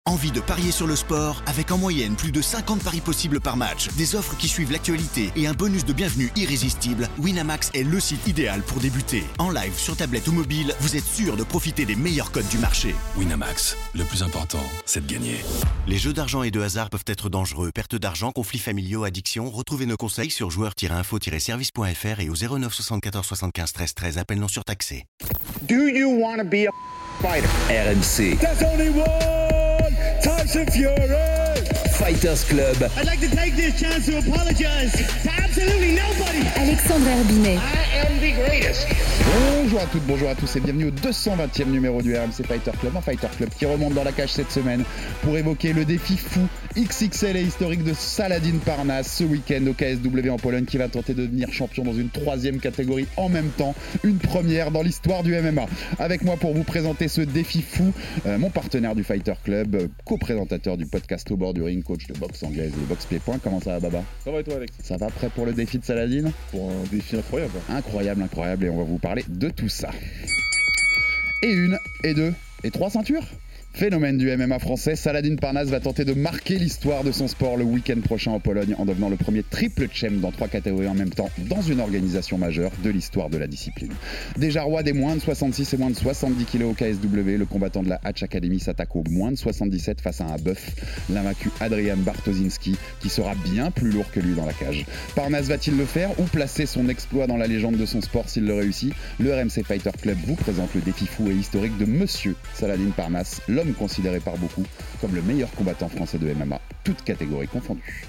Envie de parier sur le sport avec en moyenne plus de 50 paris possibles par match, des offres qui suivent l'actualité et un bonus de bienvenue irrésistible, Winamax est le site idéal pour débuter. En live, sur tablette ou mobile, vous êtes sûr de profiter des meilleurs codes du marché. Winamax, le plus important, c'est de gagner. Les jeux d'argent et de hasard peuvent être dangereux. Perte d'argent, conflits familiaux, addiction. Retrouvez nos conseils sur joueurs-info-service.fr et au 09 74 75 13 13. Appel non surtaxé. Do you want to be a fighter? RMC. There's only one Tyson Fury. Fighters Club. I'd like to take this chance to apologize to absolutely nobody. Alexandre Herbinet. I am the greatest. Bonjour à toutes, bonjour à tous et bienvenue au 220e numéro du RMC Fighter Club. Un Fighter Club qui remonte dans la cage cette semaine pour évoquer le défi fou XXL et historique de Saladin Parnasse ce week-end au KSW en Pologne, qui va tenter de devenir champion dans une troisième catégorie en même temps, une première dans l'histoire du MMA. Avec moi pour vous présenter ce défi fou, mon partenaire du Fighter Club, co-présentateur du podcast Au bord du ring, coach de boxe anglaise et boxe-pied-point. Comment ça va, Baba? Ça va et toi, Alex? Ça va, prêt pour le défi de Saladin? Pour un défi incroyable. Incroyable, et on va vous parler de tout ça. Et une, et deux, et trois ceintures. Phénomène du MMA français, Saladin Parnasse va tenter de marquer l'histoire de son sport le week-end prochain en Pologne en devenant le premier triple champ dans 3 catégories en même temps dans une organisation majeure de l'histoire de la discipline. Déjà roi des moins de 66 et moins de 70 kg au KSW, le combattant de la Hatch Academy s'attaque aux moins de 77 face à un bœuf, l'invaincu Adrian Bartoszynski, qui sera bien plus lourd que lui dans la cage. Parnasse va-t-il le faire ou placer son exploit dans la légende de son sport s'il le réussit? Le RMC Fighter Club vous présente le défi fou et historique de Monsieur Saladin Parnasse, l'homme considéré par beaucoup comme le meilleur combattant français de MMA, toutes catégories confondues.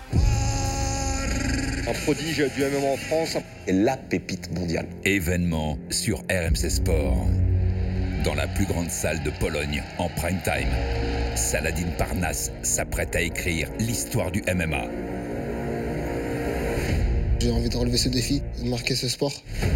Un prodige du MMA en France. Et la pépite mondiale. Événement sur RMC Sport. Dans la plus grande salle de Pologne, en prime time, Saladin Parnasse s'apprête à écrire l'histoire du MMA. J'ai envie de relever ce défi, de marquer ce sport.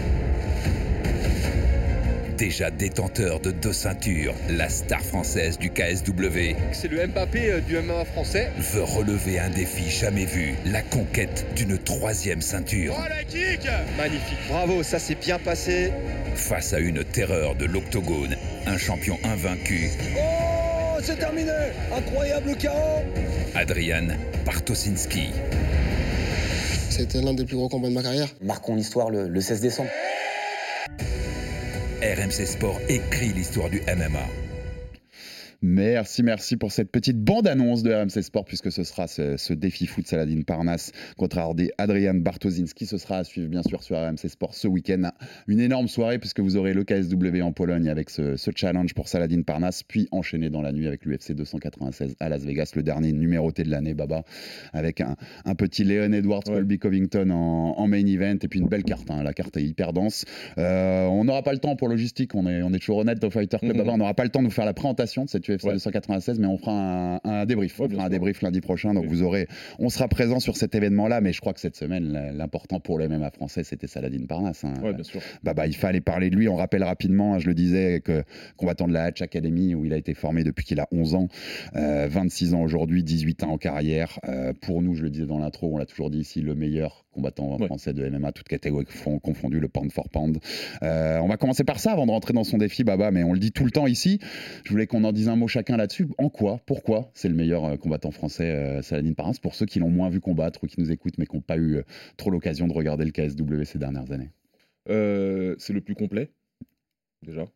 Déjà détenteur de 2 ceintures, la star française du KSW C'est le Mbappé du MMA français. veut relever un défi jamais vu, la conquête d'une 3e ceinture. Oh la kick! Magnifique, bravo, ça s'est bien passé. Face à une terreur de l'octogone, un champion invaincu, Oh, c'est terminé! Incroyable chaos! Adrian Bartoszynski. C'était l'un des plus gros combats de ma carrière. Marquons l'histoire le 16 décembre. RMC Sport écrit l'histoire du MMA. Merci pour cette petite bande-annonce de RMC Sport, puisque ce sera ce défi fou de Saladin Parnasse contre Adrian Bartoszynski. Ce sera à suivre bien sûr sur RMC Sport ce week-end. Une énorme soirée puisque vous aurez le KSW en Pologne avec ce challenge pour Saladin Parnasse, puis enchaîné dans la nuit avec l'UFC 296 à Las Vegas, le dernier numéroté de l'année, Baba, avec un petit Leon Edwards, Colby Covington en main event, et puis une belle carte, la carte est hyper dense. On n'aura pas le temps pour logistique, on est toujours honnête au Fighter Club, Baba, on n'aura pas le temps de vous faire la présentation de cette UFC 296, mais on fera un débrief. On fera un débrief lundi prochain, donc on sera présent sur cet événement-là, mais je crois que cette semaine, l'important pour le MMA français, c'était Saladin Parnasse. Bien sûr. Il fallait parler de lui. On rappelle rapidement, je le disais, que combattant de la Hatch Academy, où il a été formé depuis qu'il a 11 ans, 26 ans aujourd'hui, 18 ans en carrière. Pour nous, je le disais dans l'intro, on l'a toujours dit ici, le meilleur combattant français de MMA, toutes catégories confondues, le pound for pound. On va commencer par ça avant de rentrer dans son défi, Baba, mais on le dit tout le temps ici. Je voulais qu'on en dise un mot chacun là-dessus. Pourquoi c'est le meilleur combattant français, Saladin Parnasse, pour ceux qui l'ont moins vu combattre ou qui nous écoutent mais qui n'ont pas eu trop l'occasion de regarder le KSW ces dernières années? C'est le plus complet, déjà.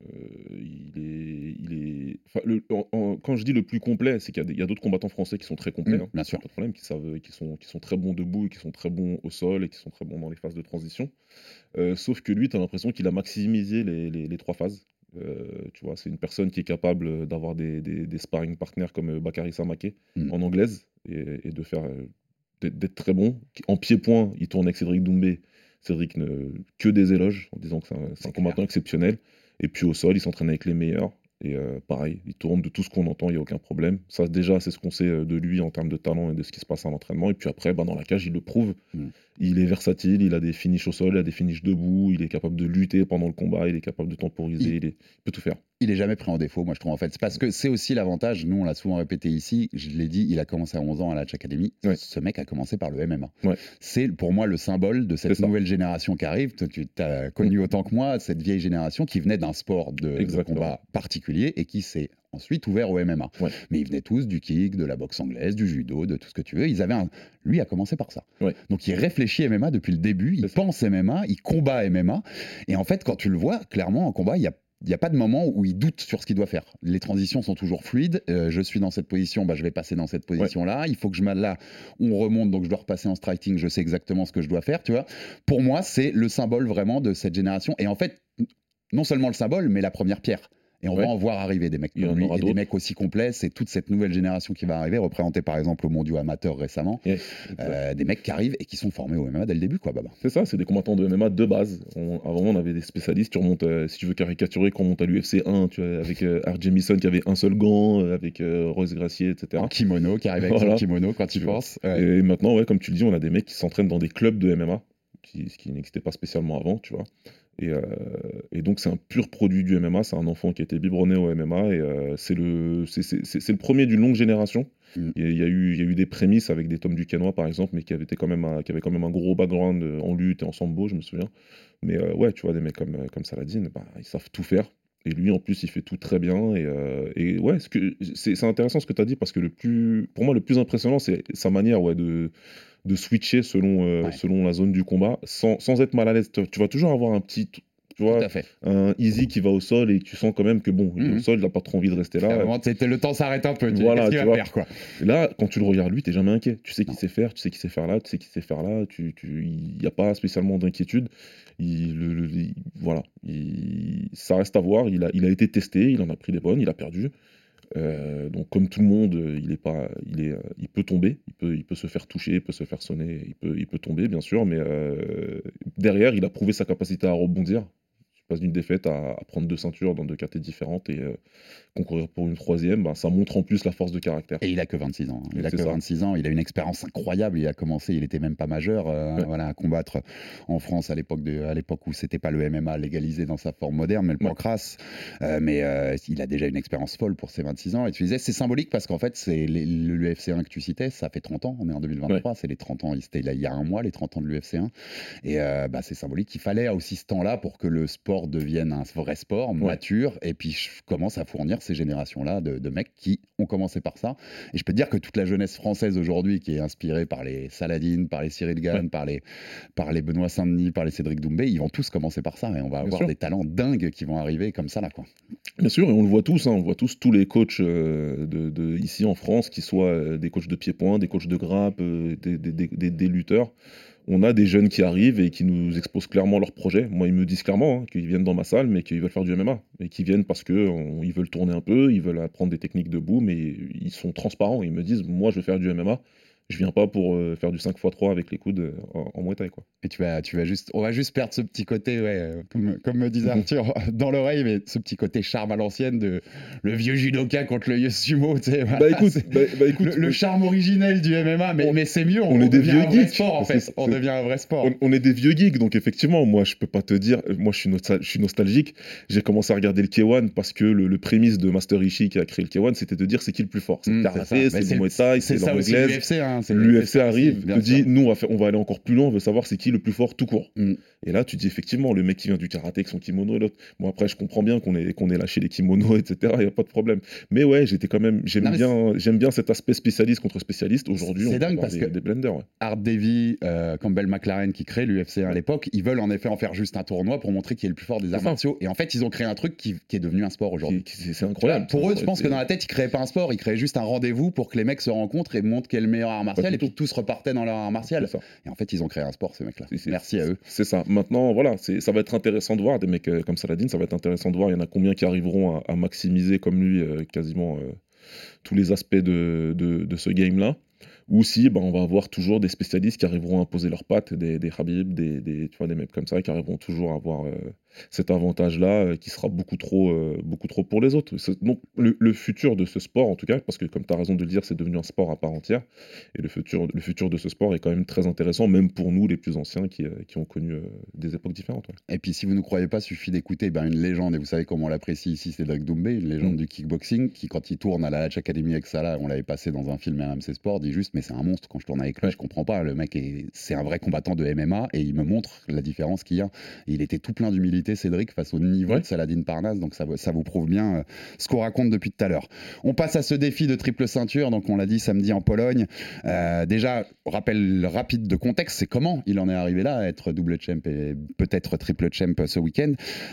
Quand je dis le plus complet, c'est qu'il y a d'autres combattants français qui sont très complets, bien sûr. pas de problème, qui sont très bons debout, et qui sont très bons au sol et qui sont très bons dans les phases de transition. Sauf que lui, tu as l'impression qu'il a maximisé les 3 phases. Tu vois, c'est une personne qui est capable d'avoir des sparring partners comme Bakary Samaké en anglaise et de faire d'être très bon. En pied-point, il tourne avec Cédric Doumbé. Cédric que des éloges en disant que c'est un combattant exceptionnel. Et puis au sol, il s'entraîne avec les meilleurs. Et pareil, il tourne de tout ce qu'on entend, il n'y a aucun problème. Ça, déjà, c'est ce qu'on sait de lui en termes de talent et de ce qui se passe à l'entraînement. Et puis après, dans la cage, il le prouve. Il est versatile, il a des finishes au sol, il a des finishes debout, il est capable de lutter pendant le combat, il est capable de temporiser, il peut tout faire. Il est jamais pris en défaut, moi je trouve, en fait. C'est parce que c'est aussi l'avantage, nous on l'a souvent répété ici, je l'ai dit, il a commencé à 11 ans à la Hatch Academy. Ce mec a commencé par le MMA. C'est pour moi le symbole de cette nouvelle génération qui arrive. Tu as connu autant que moi cette vieille génération qui venait d'un sport de combat particulier et qui s'est ensuite ouvert au MMA. Ouais. Mais ils venaient tous du kick, de la boxe anglaise, du judo, de tout ce que tu veux. Lui a commencé par ça. Ouais. Donc il réfléchit MMA depuis le début, il pense MMA, il combat MMA. Et en fait, quand tu le vois, clairement, en combat, il n'y a pas de moment où il doute sur ce qu'il doit faire. Les transitions sont toujours fluides. Je suis dans cette position, je vais passer dans cette position-là. Il faut que là, on remonte, donc je dois repasser en striking. Je sais exactement ce que je dois faire, tu vois. Pour moi, c'est le symbole vraiment de cette génération. Et en fait, non seulement le symbole, mais la première pierre. Et on va en voir arriver des mecs comme lui, et des mecs aussi complets. C'est toute cette nouvelle génération qui va arriver, représentée par exemple au mondiaux amateurs récemment. Des mecs qui arrivent et qui sont formés au MMA dès le début, quoi, Baba. C'est ça, c'est des combattants de MMA de base. Avant, on avait des spécialistes. Tu remontes, si tu veux caricaturer, quand on monte à l'UFC 1, tu vois, avec R.J. Mason qui avait un seul gant, avec Royce Gracie, etc. En kimono, qui arrive avec son kimono quand il pense. Et maintenant, comme tu le dis, on a des mecs qui s'entraînent dans des clubs de MMA, ce qui n'existait pas spécialement avant, tu vois. Et donc c'est un pur produit du MMA, c'est un enfant qui a été biberonné au MMA et c'est le premier d'une longue génération. Il y a eu des prémices avec des Tom Duquesnoy par exemple, mais qui avaient quand même un gros background en lutte et en sambo, je me souviens. Mais tu vois, des mecs comme Saladin, ils savent tout faire. Et lui, en plus, il fait tout très bien. Et ouais, c'est intéressant ce que tu as dit, parce que pour moi, le plus impressionnant, c'est sa manière de switcher selon la zone du combat, sans être mal à l'aise. Tu vas toujours avoir un petit... Tu vois, un easy qui va au sol et tu sens quand même que au sol, il n'a pas trop envie de rester là. Le temps s'arrête un peu. Voilà, tu vois. Faire, quoi. Et là, quand tu le regardes, lui, tu n'es jamais inquiet. Tu sais qu'il sait faire, tu sais qu'il sait faire là, tu sais qu'il sait faire là. Il n'y a pas spécialement d'inquiétude. Voilà. Ça reste à voir. Il a été testé, il en a pris des bonnes, il a perdu. Donc comme tout le monde, il peut tomber, il peut se faire toucher, il peut se faire sonner, il peut tomber bien sûr, mais derrière il a prouvé sa capacité à rebondir. Il passe d'une défaite à prendre 2 ceintures dans 2 catégories différentes et concourir pour une 3e, ça montre en plus la force de caractère. Et il a que 26 ans. Il a une expérience incroyable. Il a commencé, il était même pas majeur, à combattre en France à l'époque où c'était pas le MMA légalisé dans sa forme moderne, mais le pancras. Mais il a déjà une expérience folle pour ses 26 ans. Et tu disais, c'est symbolique parce qu'en fait, c'est l'UFC 1 que tu citais, ça fait 30 ans. On est en 2023, c'est les 30 ans. C'était il y a un mois, les 30 ans de l'UFC 1. Et c'est symbolique. Il fallait aussi ce temps-là pour que le sport devienne un vrai sport mature et puis je commence à fournir ces générations-là de mecs qui ont commencé par ça. Et je peux te dire que toute la jeunesse française aujourd'hui qui est inspirée par les Saladin, par les Cyril Gane, par les Benoît Saint-Denis, par les Cédric Doumbé, ils vont tous commencer par ça et on va avoir des talents dingues qui vont arriver comme ça là, quoi. Bien sûr, et on le voit tous, on voit tous les coachs ici en France, qui soient des coachs de pied-point, des coachs de grappe, des lutteurs. On a des jeunes qui arrivent et qui nous exposent clairement leur projet. Moi, ils me disent clairement qu'ils viennent dans ma salle, mais qu'ils veulent faire du MMA. Et qu'ils viennent parce qu'ils veulent tourner un peu, ils veulent apprendre des techniques debout, mais ils sont transparents. Ils me disent, moi, je veux faire du MMA. Je viens pas pour faire du 5x3 avec les coudes en Muay Thai, quoi. Et on va juste perdre ce petit côté, comme me disait Arthur, dans l'oreille, mais ce petit côté charme à l'ancienne de le vieux judoka contre le vieux sumo, tu sais. Voilà, écoute, le charme originel du MMA, mais c'est mieux. On est des vieux geeks. Sport, en fait. On devient un vrai sport. On est des vieux geeks, donc effectivement, moi, je peux pas te dire, moi, je suis nostalgique. J'ai commencé à regarder le K1 parce que le prémisse de Master Ishii qui a créé le K1, c'était de dire c'est qui le plus fort. C'est le karaté, c'est le Muay Thai, c'est l'anglaise. L'UFC arrive, te dit, nous, on va aller encore plus loin, on veut savoir c'est qui le plus fort tout court. Et là, tu dis effectivement, le mec qui vient du karaté avec son kimono et l'autre. Bon, après, je comprends bien qu'on ait lâché les kimonos, etc. Il n'y a pas de problème. Mais ouais, j'aime bien cet aspect spécialiste contre spécialiste. Aujourd'hui, c'est dingue parce que des blenders. Art Davy, Campbell McLaren qui créent l'UFC à l'époque, ils veulent en effet en faire juste un tournoi pour montrer qui est le plus fort des arts martiaux. Et en fait, ils ont créé un truc qui est devenu un sport aujourd'hui. C'est incroyable. Pour eux, je pense que dans la tête, ils créaient pas un sport, ils créaient juste un rendez-vous pour que les mecs se rencontrent et montrent quel est le meilleur art martial. Et puis tous repartaient dans leur art martial. Et en fait, ils ont créé un sport, ces mecs-là. Merci à eux. C'est ça. Maintenant, voilà, ça va être intéressant de voir des mecs comme Saladin. Ça va être intéressant de voir. Il y en a combien qui arriveront à maximiser comme lui quasiment tous les aspects de ce game-là. Ou si on va avoir toujours des spécialistes qui arriveront à imposer leurs pattes, des Khabib, tu vois, des mecs comme ça qui arriveront toujours à avoir cet avantage-là qui sera beaucoup trop pour les autres. Donc le futur de ce sport, en tout cas, parce que comme tu as raison de le dire, c'est devenu un sport à part entière, et le futur de ce sport est quand même très intéressant, même pour nous les plus anciens qui ont connu des époques différentes. Ouais. Et puis si vous ne croyez pas, suffit d'écouter une légende, et vous savez comment on l'apprécie ici, c'est Cédric Doumbé, une légende du kickboxing, qui quand il tourne à la Hatch Academy avec Salah, on l'avait passé dans un film RMC Sport, dit juste mais c'est un monstre. Quand je tourne avec lui, je comprends pas. Le mec, c'est un vrai combattant de MMA et il me montre la différence qu'il y a. Il était tout plein d'humilité, Cédric, face au niveau de Saladin Parnasse, donc ça vous prouve bien ce qu'on raconte depuis tout à l'heure. On passe à ce défi de triple ceinture, donc on l'a dit samedi en Pologne. Déjà, rappel rapide de contexte, c'est comment il en est arrivé là à être double champ et peut-être triple champ ce week-end.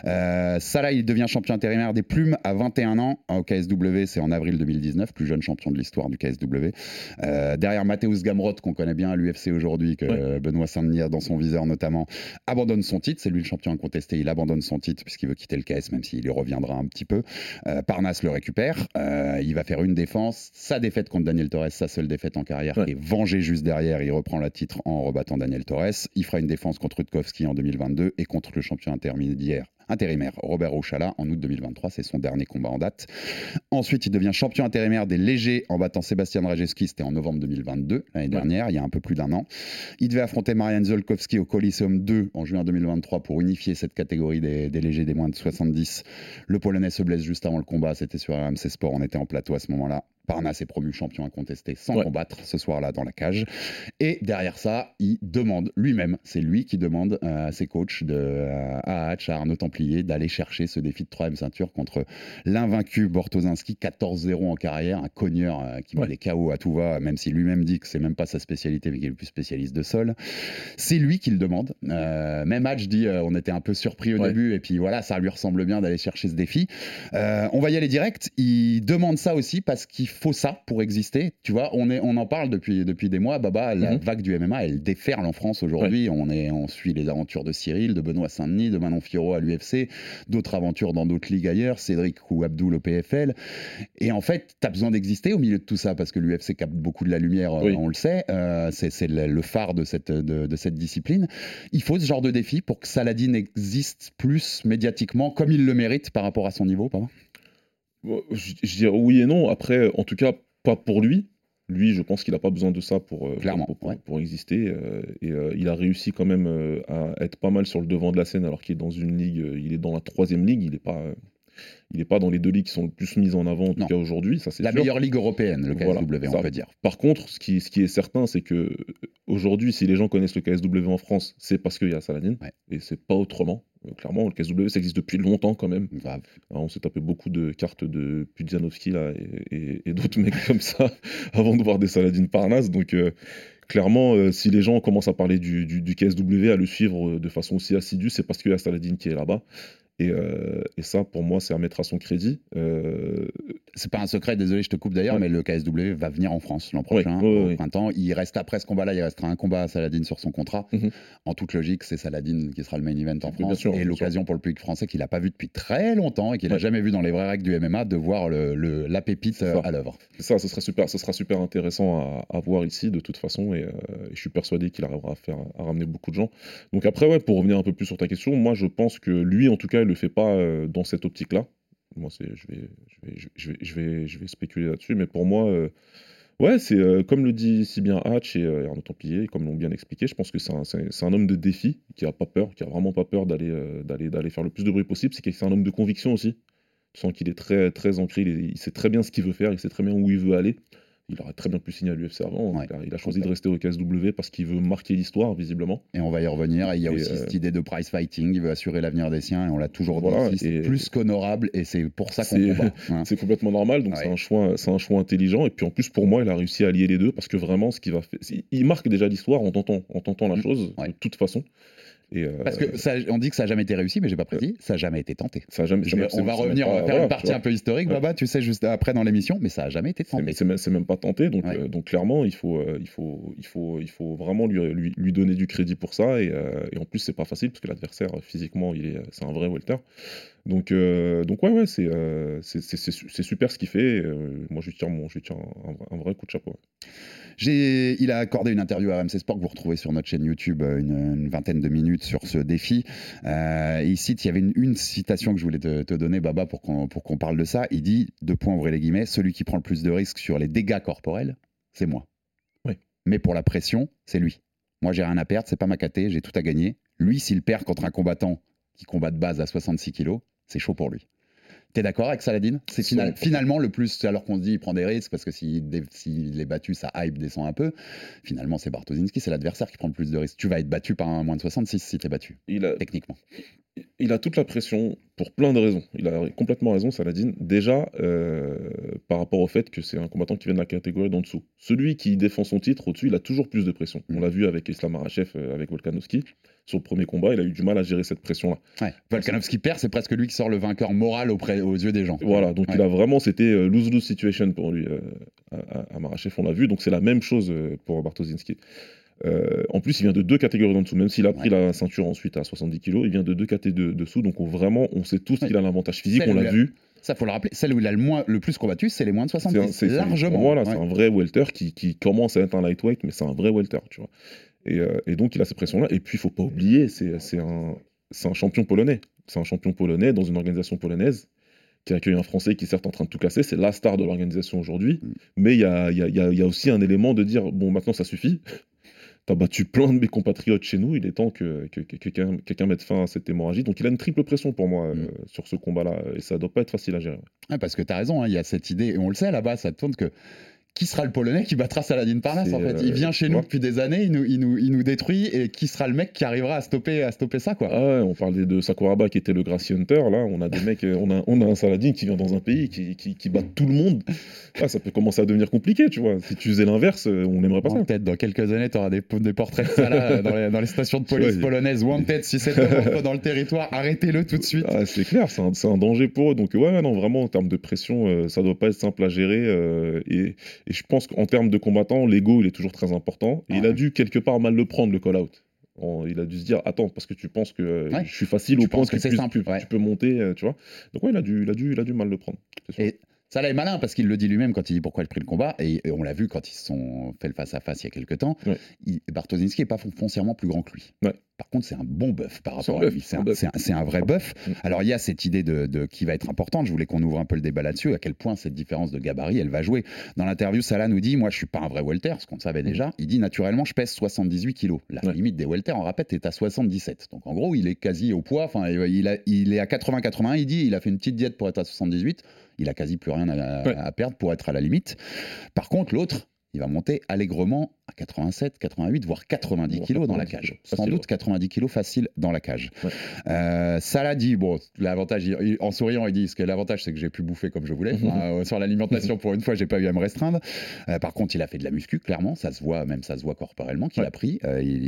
Salah, il devient champion intérimaire des plumes à 21 ans au KSW, c'est en avril 2019, plus jeune champion de l'histoire du KSW. Derrière Mateusz Gamrot, qu'on connaît bien à l'UFC aujourd'hui, que Benoît Saint-Denis a dans son viseur notamment, abandonne son titre, c'est lui le champion incontesté, il abandonne son titre puisqu'il veut quitter le KS, même s'il y reviendra un petit peu. Parnasse le récupère, il va faire une défense, sa défaite contre Daniel Torres, sa seule défaite en carrière, et vengé juste derrière, il reprend le titre en rebattant Daniel Torres. Il fera une défense contre Rutkowski en 2022 et contre le champion intérimaire Robert Rouchala en août 2023, c'est son dernier combat en date. Ensuite, il devient champion intérimaire des légers en battant Sébastien Rajewski, c'était en novembre 2022, l'année dernière, il y a un peu plus d'un an. Il devait affronter Marian Zolkowski au Coliseum 2 en juin 2023 pour unifier cette catégorie des légers des moins de 70. Le Polonais se blesse juste avant le combat, c'était sur RMC Sport, on était en plateau à ce moment-là. Parnasse est promu champion incontesté sans combattre ce soir-là dans la cage. Et derrière ça, il demande lui-même, c'est lui qui demande à ses coachs, à Hatch, à Arnaud Templier, d'aller chercher ce défi de 3e ceinture contre l'invaincu Bortoszynski, 14-0 en carrière, un cogneur qui met les KO à tout va, même si lui-même dit que c'est même pas sa spécialité, mais qu'il est le plus spécialiste de sol. C'est lui qui le demande. Même Hatch dit, on était un peu surpris au début, et puis voilà, ça lui ressemble bien d'aller chercher ce défi. On va y aller direct. Il demande ça aussi parce qu'il faut ça pour exister, tu vois, on en parle depuis des mois, Baba, la vague du MMA, elle déferle en France aujourd'hui, on suit les aventures de Cyril, de Benoît Saint-Denis, de Manon Fiorot à l'UFC, d'autres aventures dans d'autres ligues ailleurs, Cédric ou Abdoul au PFL, et en fait, t'as besoin d'exister au milieu de tout ça, parce que l'UFC capte beaucoup de la lumière, on le sait, c'est le phare de cette discipline. Il faut ce genre de défi pour que Saladin existe plus médiatiquement, comme il le mérite par rapport à son niveau, Baba. Je dirais oui et non. Après, en tout cas, pas pour lui. Lui, je pense qu'il n'a pas besoin de ça pour exister. Il a réussi quand même à être pas mal sur le devant de la scène, alors qu'il est dans une ligue, il est dans la 3e ligue, il n'est pas dans les 2 ligues qui sont le plus mises en avant, en tout cas aujourd'hui. Ça, c'est la meilleure ligue européenne, le KSW, on peut dire. Par contre, ce qui est certain, c'est que aujourd'hui, si les gens connaissent le KSW en France, c'est parce qu'il y a Saladin, et c'est pas autrement. Clairement, le KSW, ça existe depuis longtemps quand même. Alors, on s'est tapé beaucoup de cartes de Pudzianowski là, et d'autres mecs comme ça avant de voir des Saladin Parnasse. Donc, clairement, si les gens commencent à parler du KSW, à le suivre de façon aussi assidue, c'est parce qu'il y a Saladin qui est là-bas. Et ça, pour moi, c'est à mettre à son crédit. C'est pas un secret, désolé, je te coupe d'ailleurs, mais le KSW va venir en France l'an prochain, au printemps. Il reste après ce combat-là, il restera un combat à Saladin sur son contrat. En toute logique, c'est Saladin qui sera le main event en France. Et l'occasion pour le public français qu'il n'a pas vu depuis très longtemps et qu'il n'a jamais vu dans les vraies règles du MMA, de voir la pépite à l'œuvre. Ça, ce sera super intéressant à voir ici, de toute façon. Et je suis persuadé qu'il arrivera à ramener beaucoup de gens. Donc après, pour revenir un peu plus sur ta question, moi, je pense que lui, en tout cas, il le fait pas dans cette optique-là. Moi, je vais spéculer là-dessus, mais pour moi, c'est comme le dit si bien Hatch et Arnaud Templier, comme l'ont bien expliqué, je pense que c'est un homme de défi qui a pas peur, qui a vraiment pas peur d'aller faire le plus de bruit possible. C'est un homme de conviction aussi. Tu sens qu'il est très très ancré, il sait très bien ce qu'il veut faire, il sait très bien où il veut aller. Il aurait très bien pu signer à l'UFC avant. Il a choisi de rester au KSW parce qu'il veut marquer l'histoire, visiblement. Et on va y revenir. Et il y a aussi cette idée de prize fighting. Il veut assurer l'avenir des siens. Et on l'a toujours dit. C'est plus qu'honorable. Et c'est pour ça qu'on combat. C'est complètement normal. Donc c'est un choix intelligent. Et puis en plus, pour moi, il a réussi à allier les deux. Parce que vraiment, ce qu'il va faire. Il marque déjà l'histoire en tentant la chose, de toute façon. Parce que on dit que ça n'a jamais été réussi, mais j'ai pas prédit, ça n'a jamais été tenté. On va revenir, on va faire une partie un peu historique, Baba, tu sais, juste après dans l'émission, mais ça n'a jamais été tenté. C'est même pas tenté, donc clairement, il faut vraiment lui donner du crédit pour ça, et en plus, c'est pas facile, parce que l'adversaire, physiquement, c'est un vrai welter. Donc c'est super ce qu'il fait. Moi, je lui tire un vrai coup de chapeau. Il a accordé une interview à RMC Sport que vous retrouvez sur notre chaîne YouTube, une vingtaine de minutes sur ce défi. Il cite, il y avait une citation que je voulais te donner, Baba, pour qu'on parle de ça. Il dit, ouvrez les guillemets, celui qui prend le plus de risques sur les dégâts corporels, c'est moi. Oui. Mais pour la pression, c'est lui. Moi, j'ai rien à perdre, c'est pas ma caté, j'ai tout à gagner. Lui, s'il perd contre un combattant qui combat de base à 66 kilos, c'est chaud pour lui. T'es d'accord avec Saladin? C'est finalement le plus, alors qu'on se dit il prend des risques parce que s'il est battu, sa hype descend un peu. Finalement, c'est Bartoszynski, c'est l'adversaire qui prend le plus de risques. Tu vas être battu par un moins de 66 si t'es battu, techniquement. Il a toute la pression pour plein de raisons. Il a complètement raison, Saladin. Déjà, par rapport au fait que c'est un combattant qui vient de la catégorie d'en dessous. Celui qui défend son titre au-dessus, il a toujours plus de pression. On l'a vu avec Islam Makhachev, avec Volkanovski. Sur le premier combat, il a eu du mal à gérer cette pression-là. Ouais. Volkanovski perd, c'est presque lui qui sort le vainqueur moral aux yeux des gens. Voilà, donc il a vraiment, c'était lose-lose situation pour lui à Makhachev, on l'a vu. Donc c'est la même chose pour Bartoszynski. En plus, il vient de 2 catégories d'en dessous. Même s'il a pris la ceinture ensuite à 70 kg, il vient de 2 catégories dessous. Donc on sait tous qu'il a l'avantage physique, on l'a vu. Ça, faut le rappeler. Celle où il a le plus combattu, c'est les moins de 70. C'est largement. Voilà, c'est un vrai welter qui commence à être un lightweight, mais c'est un vrai welter, tu vois. Et donc il a ces pressions-là. Et puis il faut pas oublier, c'est un champion polonais. C'est un champion polonais dans une organisation polonaise qui accueille un Français qui est certes en train de tout casser. C'est la star de l'organisation aujourd'hui. Mais il y a aussi un élément de dire, bon, maintenant ça suffit. T'as battu plein de mes compatriotes chez nous, il est temps que quelqu'un mette fin à cette hémorragie. Donc il a une triple pression pour moi sur ce combat-là, et ça doit pas être facile à gérer. Ouais, parce que t'as raison, il y a cette idée, et on le sait là-bas, ça tourne que qui sera le Polonais qui battra Saladin Parnasse en fait. Il vient chez nous depuis des années, il nous détruit, et qui sera le mec qui arrivera à stopper ça, quoi. Ah ouais, on parlait de Sakuraba qui était le Gracie Hunter, là on a des mecs, on a un Saladin qui vient dans un pays qui bat tout le monde. Ah, ça peut commencer à devenir compliqué, tu vois. Si tu faisais l'inverse, on n'aimerait pas ça. Peut-être dans quelques années, tu auras des portraits de Salah dans les stations de police polonaises. Wanted, si c'est entre dans le territoire, arrêtez-le tout de suite. Ah, c'est clair, c'est un danger pour eux. Donc ouais, non, vraiment en termes de pression, ça doit pas être simple à gérer. Et je pense qu'en termes de combattant, l'ego il est toujours très important. Et il a dû quelque part mal le prendre, le call-out. Il a dû se dire attends, parce que tu penses que je suis facile au point que tu peux monter, tu vois. Donc ouais, il a dû mal le prendre. Et ça là est malin parce qu'il le dit lui-même quand il dit pourquoi il a pris le combat, et on l'a vu quand ils se sont fait le face-à-face il y a quelques temps. Bartoszynski n'est pas foncièrement plus grand que lui. Par contre, c'est un bon bœuf par rapport à lui. C'est un vrai bœuf. Alors, il y a cette idée de qui va être importante. Je voulais qu'on ouvre un peu le débat là-dessus. À quel point cette différence de gabarit, elle va jouer. Dans l'interview, Salah nous dit, moi, je suis pas un vrai welter, ce qu'on savait déjà. Il dit, naturellement, je pèse 78 kilos. La limite des welters, en rappel, est à 77. Donc, en gros, il est quasi au poids. Enfin, il est à 80-81. Il dit, il a fait une petite diète pour être à 78. Il a quasi plus rien à perdre pour être à la limite. Par contre, l'autre, il va monter allègrement à 87, 88, voire 90 kilos dans la cage. Sans doute 90 kilos facile dans la cage. Salah dit, bon, l'avantage, en souriant, il dit, que l'avantage, c'est que j'ai pu bouffer comme je voulais. Sur l'alimentation, pour une fois, j'ai pas eu à me restreindre. Par contre, il a fait de la muscu, clairement. Ça se voit corporellement qu'il a pris.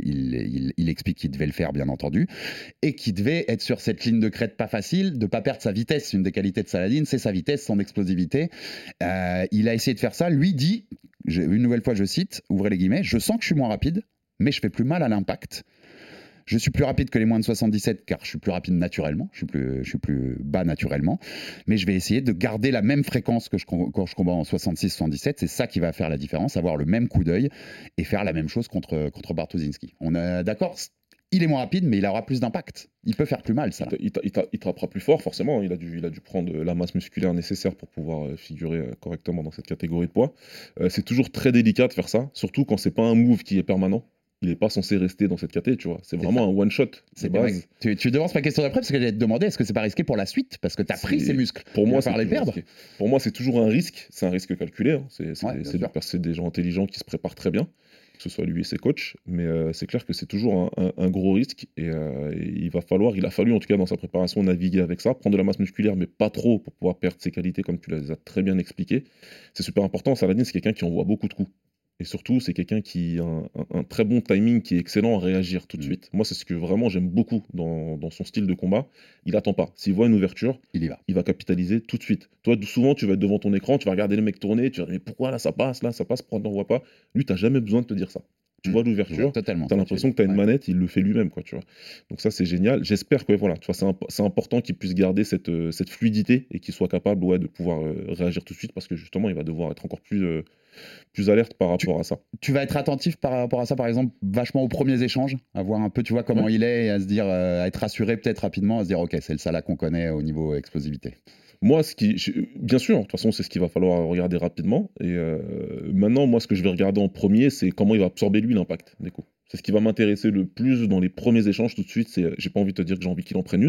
Il explique qu'il devait le faire, bien entendu. Et qu'il devait être sur cette ligne de crête pas facile, de pas perdre sa vitesse. Une des qualités de Saladin, c'est sa vitesse, son explosivité. Il a essayé de faire ça. Lui dit, une nouvelle fois, je cite, ouvrez les guillemets, je sens que je suis moins rapide, mais je fais plus mal à l'impact. Je suis plus rapide que les moins de 77 car je suis plus rapide naturellement, je suis plus bas naturellement, mais je vais essayer de garder la même fréquence que quand je combats en 66-77. C'est ça qui va faire la différence, avoir le même coup d'œil et faire la même chose contre Bartoszynski. On est d'accord, il est moins rapide, mais il aura plus d'impact. Il peut faire plus mal, ça. Il tapera plus fort, forcément. Il a dû prendre la masse musculaire nécessaire pour pouvoir figurer correctement dans cette catégorie de poids. C'est toujours très délicat de faire ça, surtout quand c'est pas un move qui est permanent. Il n'est pas censé rester dans cette catégorie, tu vois. C'est vraiment un one-shot. C'est base. Tu devances ma question d'après, parce que j'allais te demander, est-ce que c'est pas risqué pour la suite? Parce que tu as pris ces muscles. Pour moi, c'est les perdre. Pour moi, c'est toujours un risque. C'est un risque calculé. Hein. C'est des gens intelligents qui se préparent très bien, que ce soit lui et ses coachs, mais c'est clair que c'est toujours un gros risque, et il a fallu en tout cas dans sa préparation naviguer avec ça, prendre de la masse musculaire, mais pas trop pour pouvoir perdre ses qualités comme tu les as très bien expliquées. C'est super important. Saladin, c'est quelqu'un qui envoie beaucoup de coups. Et surtout, c'est quelqu'un qui a un très bon timing, qui est excellent à réagir tout de suite. Moi, c'est ce que vraiment j'aime beaucoup dans son style de combat. Il attend pas. S'il voit une ouverture, il va capitaliser tout de suite. Toi, souvent, tu vas être devant ton écran, tu vas regarder les mecs tourner, tu vas dire mais pourquoi là ça passe, pourquoi t'en vois pas? Lui, t'as jamais besoin de te dire ça. Tu vois l'ouverture, t'as l'impression que t'as une manette, il le fait lui-même, quoi, tu vois. Donc ça, c'est génial. J'espère que voilà, tu vois, c'est important qu'il puisse garder cette fluidité et qu'il soit capable de pouvoir réagir tout de suite, parce que justement, il va devoir être encore plus alerte par rapport à ça. Tu vas être attentif par rapport à ça, par exemple, vachement aux premiers échanges, à voir un peu, tu vois, comment il est, et à se dire, à être rassuré peut-être rapidement, à se dire, ok, c'est le Salah qu'on connaît au niveau explosivité. Moi, bien sûr, de toute façon, c'est ce qu'il va falloir regarder rapidement. Et maintenant, moi, ce que je vais regarder en premier, c'est comment il va absorber lui l'impact des coups. C'est ce qui va m'intéresser le plus dans les premiers échanges tout de suite. J'ai pas envie de te dire que j'ai envie qu'il en prenne une,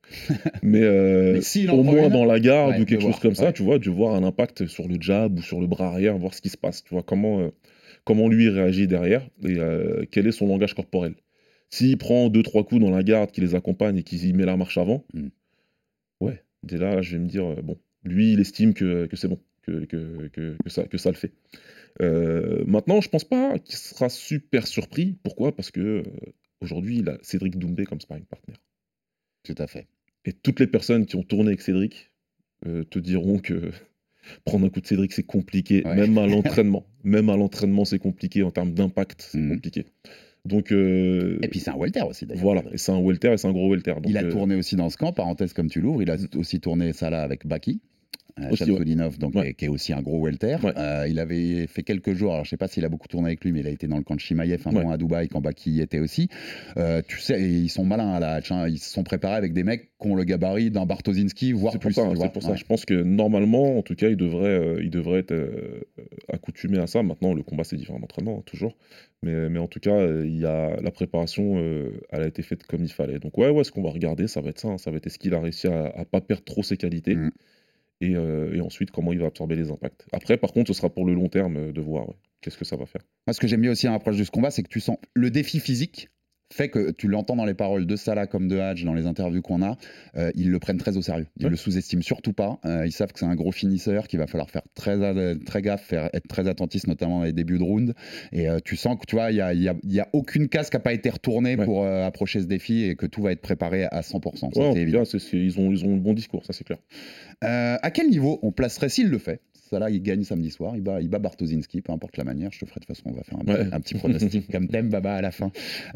Mais, au moins dans la garde ou quelque chose comme ça, ouais. tu vois, de voir un impact sur le jab ou sur le bras arrière, voir ce qui se passe, tu vois, comment lui réagit derrière et quel est son langage corporel. S'il prend 2-3 coups dans la garde, qui les accompagne et qui met la marche avant, ouais, dès là, je vais me dire, bon, lui, il estime que c'est bon, que ça le fait. Maintenant, je pense pas qu'il sera super surpris. Pourquoi ? Parce que aujourd'hui, il a Cédric Doumbé comme sparring partner. Tout à fait. Et toutes les personnes qui ont tourné avec Cédric te diront que prendre un coup de Cédric, c'est compliqué. Ouais. Même à l'entraînement. Même à l'entraînement, c'est compliqué. En termes d'impact, c'est compliqué. Donc, et puis c'est un welter aussi d'ailleurs. Voilà, et c'est un welter et c'est un gros welter. Donc, il a tourné aussi dans ce camp, parenthèse comme tu l'ouvres, il a aussi tourné ça là avec Baki. Shamsudinov, donc qui est aussi un gros welter. Il avait fait quelques jours, alors je sais pas s'il a beaucoup tourné avec lui, mais il a été dans le camp de Chimaev un mois à Dubaï quand Baki y était aussi. Tu sais, ils sont malins à la hatch, hein. Ils se sont préparés avec des mecs qui ont le gabarit d'un Bartoszynski, voire plus. C'est pour ça. Je pense que normalement, en tout cas, il devrait être accoutumé à ça. Maintenant, le combat, c'est différent d'entraînement, toujours. Mais en tout cas, la préparation, elle a été faite comme il fallait. Donc ouais, ce qu'on va regarder, ça va être ça. Hein. Ça va être est-ce qu'il a réussi à pas perdre trop ses qualités. Et ensuite, comment il va absorber les impacts. Après, par contre, ce sera pour le long terme de voir qu'est-ce que ça va faire. Moi, ce que j'aime bien aussi à l'approche de ce combat, c'est que tu sens le défi physique fait que tu l'entends dans les paroles de Salah comme de Hadj, dans les interviews qu'on a, ils le prennent très au sérieux. Ils le sous-estiment surtout pas. Ils savent que c'est un gros finisseur, qu'il va falloir faire très gaffe, être très attentiste, notamment dans les débuts de round. Et tu sens que tu vois, il y a aucune case qui n'a pas été retournée pour approcher ce défi et que tout va être préparé à 100%. Ça, c'est évident. Ils ont le bon discours, ça c'est clair. À quel niveau on placerait s'il le fait ? Ça là, il gagne samedi soir, il bat Bartoszynski, peu importe la manière. Je te ferai de toute façon, on va faire un petit pronostic comme thème, Baba, à la fin.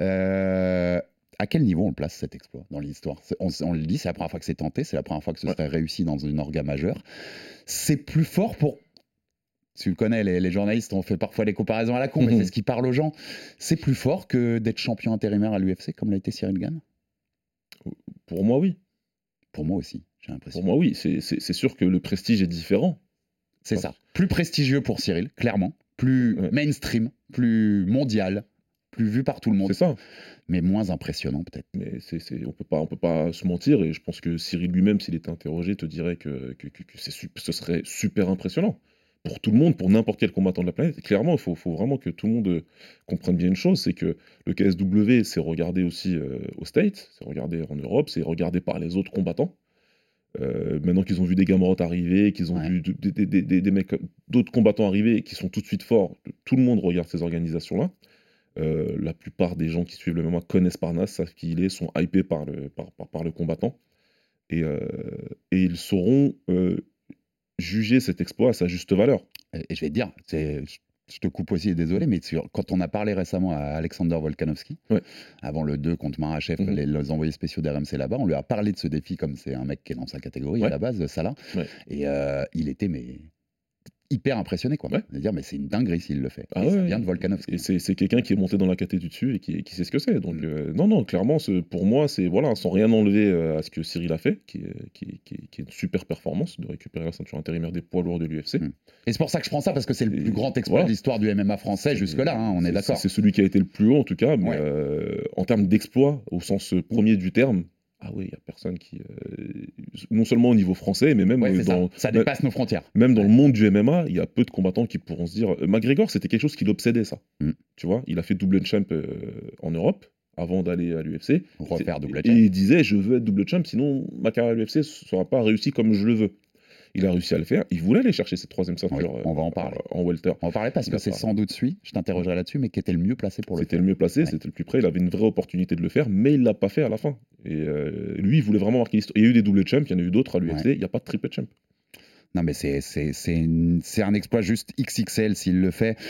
À quel niveau on le place cet exploit dans l'histoire ? On le dit, c'est la première fois que c'est tenté, c'est la première fois que ce serait réussi dans une orga majeure. C'est plus fort pour... Tu le connais, les journalistes ont fait parfois des comparaisons à la con, mais c'est ce qui parle aux gens. C'est plus fort que d'être champion intérimaire à l'UFC, comme l'a été Cyril Gane ? Pour moi, oui. Pour moi aussi, j'ai l'impression. Pour moi, oui. C'est sûr que le prestige est différent. C'est ça. Plus prestigieux pour Cyril, clairement. Plus mainstream, plus mondial, plus vu par tout le monde. C'est ça. Mais moins impressionnant, peut-être. Mais on peut pas se mentir. Et je pense que Cyril lui-même, s'il était interrogé, te dirait que ce serait super impressionnant. Pour tout le monde, pour n'importe quel combattant de la planète. Et clairement, il faut vraiment que tout le monde comprenne bien une chose, c'est que le KSW, c'est regardé aussi aux States, c'est regardé en Europe, c'est regardé par les autres combattants. Maintenant qu'ils ont vu des Gamrot arriver, qu'ils ont vu des mecs, d'autres combattants arriver et qui sont tout de suite forts, tout le monde regarde ces organisations-là. La plupart des gens qui suivent le MMA connaissent Parnasse, savent qui il est, sont hypés par le combattant. Et ils sauront juger cet exploit à sa juste valeur. Et je vais te dire, je te coupe aussi, désolé, mais quand on a parlé récemment à Alexander Volkanovski, avant le 2 contre Makhachev, les envoyés spéciaux d'RMC là-bas, on lui a parlé de ce défi comme c'est un mec qui est dans sa catégorie à la base, Salah, et il était hyper impressionné, quoi. C'est-à-dire, mais c'est une dinguerie s'il le fait. Ça vient de Volkanovski. Et c'est quelqu'un qui est monté dans la catégorie du dessus et qui sait ce que c'est. Donc, non, clairement, pour moi, c'est sans rien enlever à ce que Cyril a fait, qui est une super performance de récupérer la ceinture intérimaire des poids lourds de l'UFC. Et c'est pour ça que je prends ça, parce que c'est le plus grand exploit de l'histoire du MMA français jusque-là, hein, on est d'accord. C'est celui qui a été le plus haut, en tout cas, mais en termes d'exploit, au sens premier du terme, ah oui, il n'y a personne qui... non seulement au niveau français, mais même ça dépasse nos frontières. Même dans le monde du MMA, il y a peu de combattants qui pourront se dire... McGregor, c'était quelque chose qui l'obsédait, ça. Tu vois, il a fait double champ en Europe, avant d'aller à l'UFC. Refaire double champ. Et il disait, je veux être double champ, sinon ma carrière à l'UFC ne sera pas réussie comme je le veux. Il a réussi à le faire. Il voulait aller chercher cette 3e ceinture on va en parler. En welter. On va en parler parce que c'est sans doute celui, je t'interrogerai là-dessus, mais qui était le mieux placé pour le faire. C'était le mieux placé, c'était le plus près. Il avait une vraie opportunité de le faire, mais il ne l'a pas fait à la fin. Et lui, il voulait vraiment marquer l'histoire. Il y a eu des double champs, il y en a eu d'autres à l'UFC. Il n'y a pas de triple champ. Non, mais c'est un exploit juste XXL s'il le fait.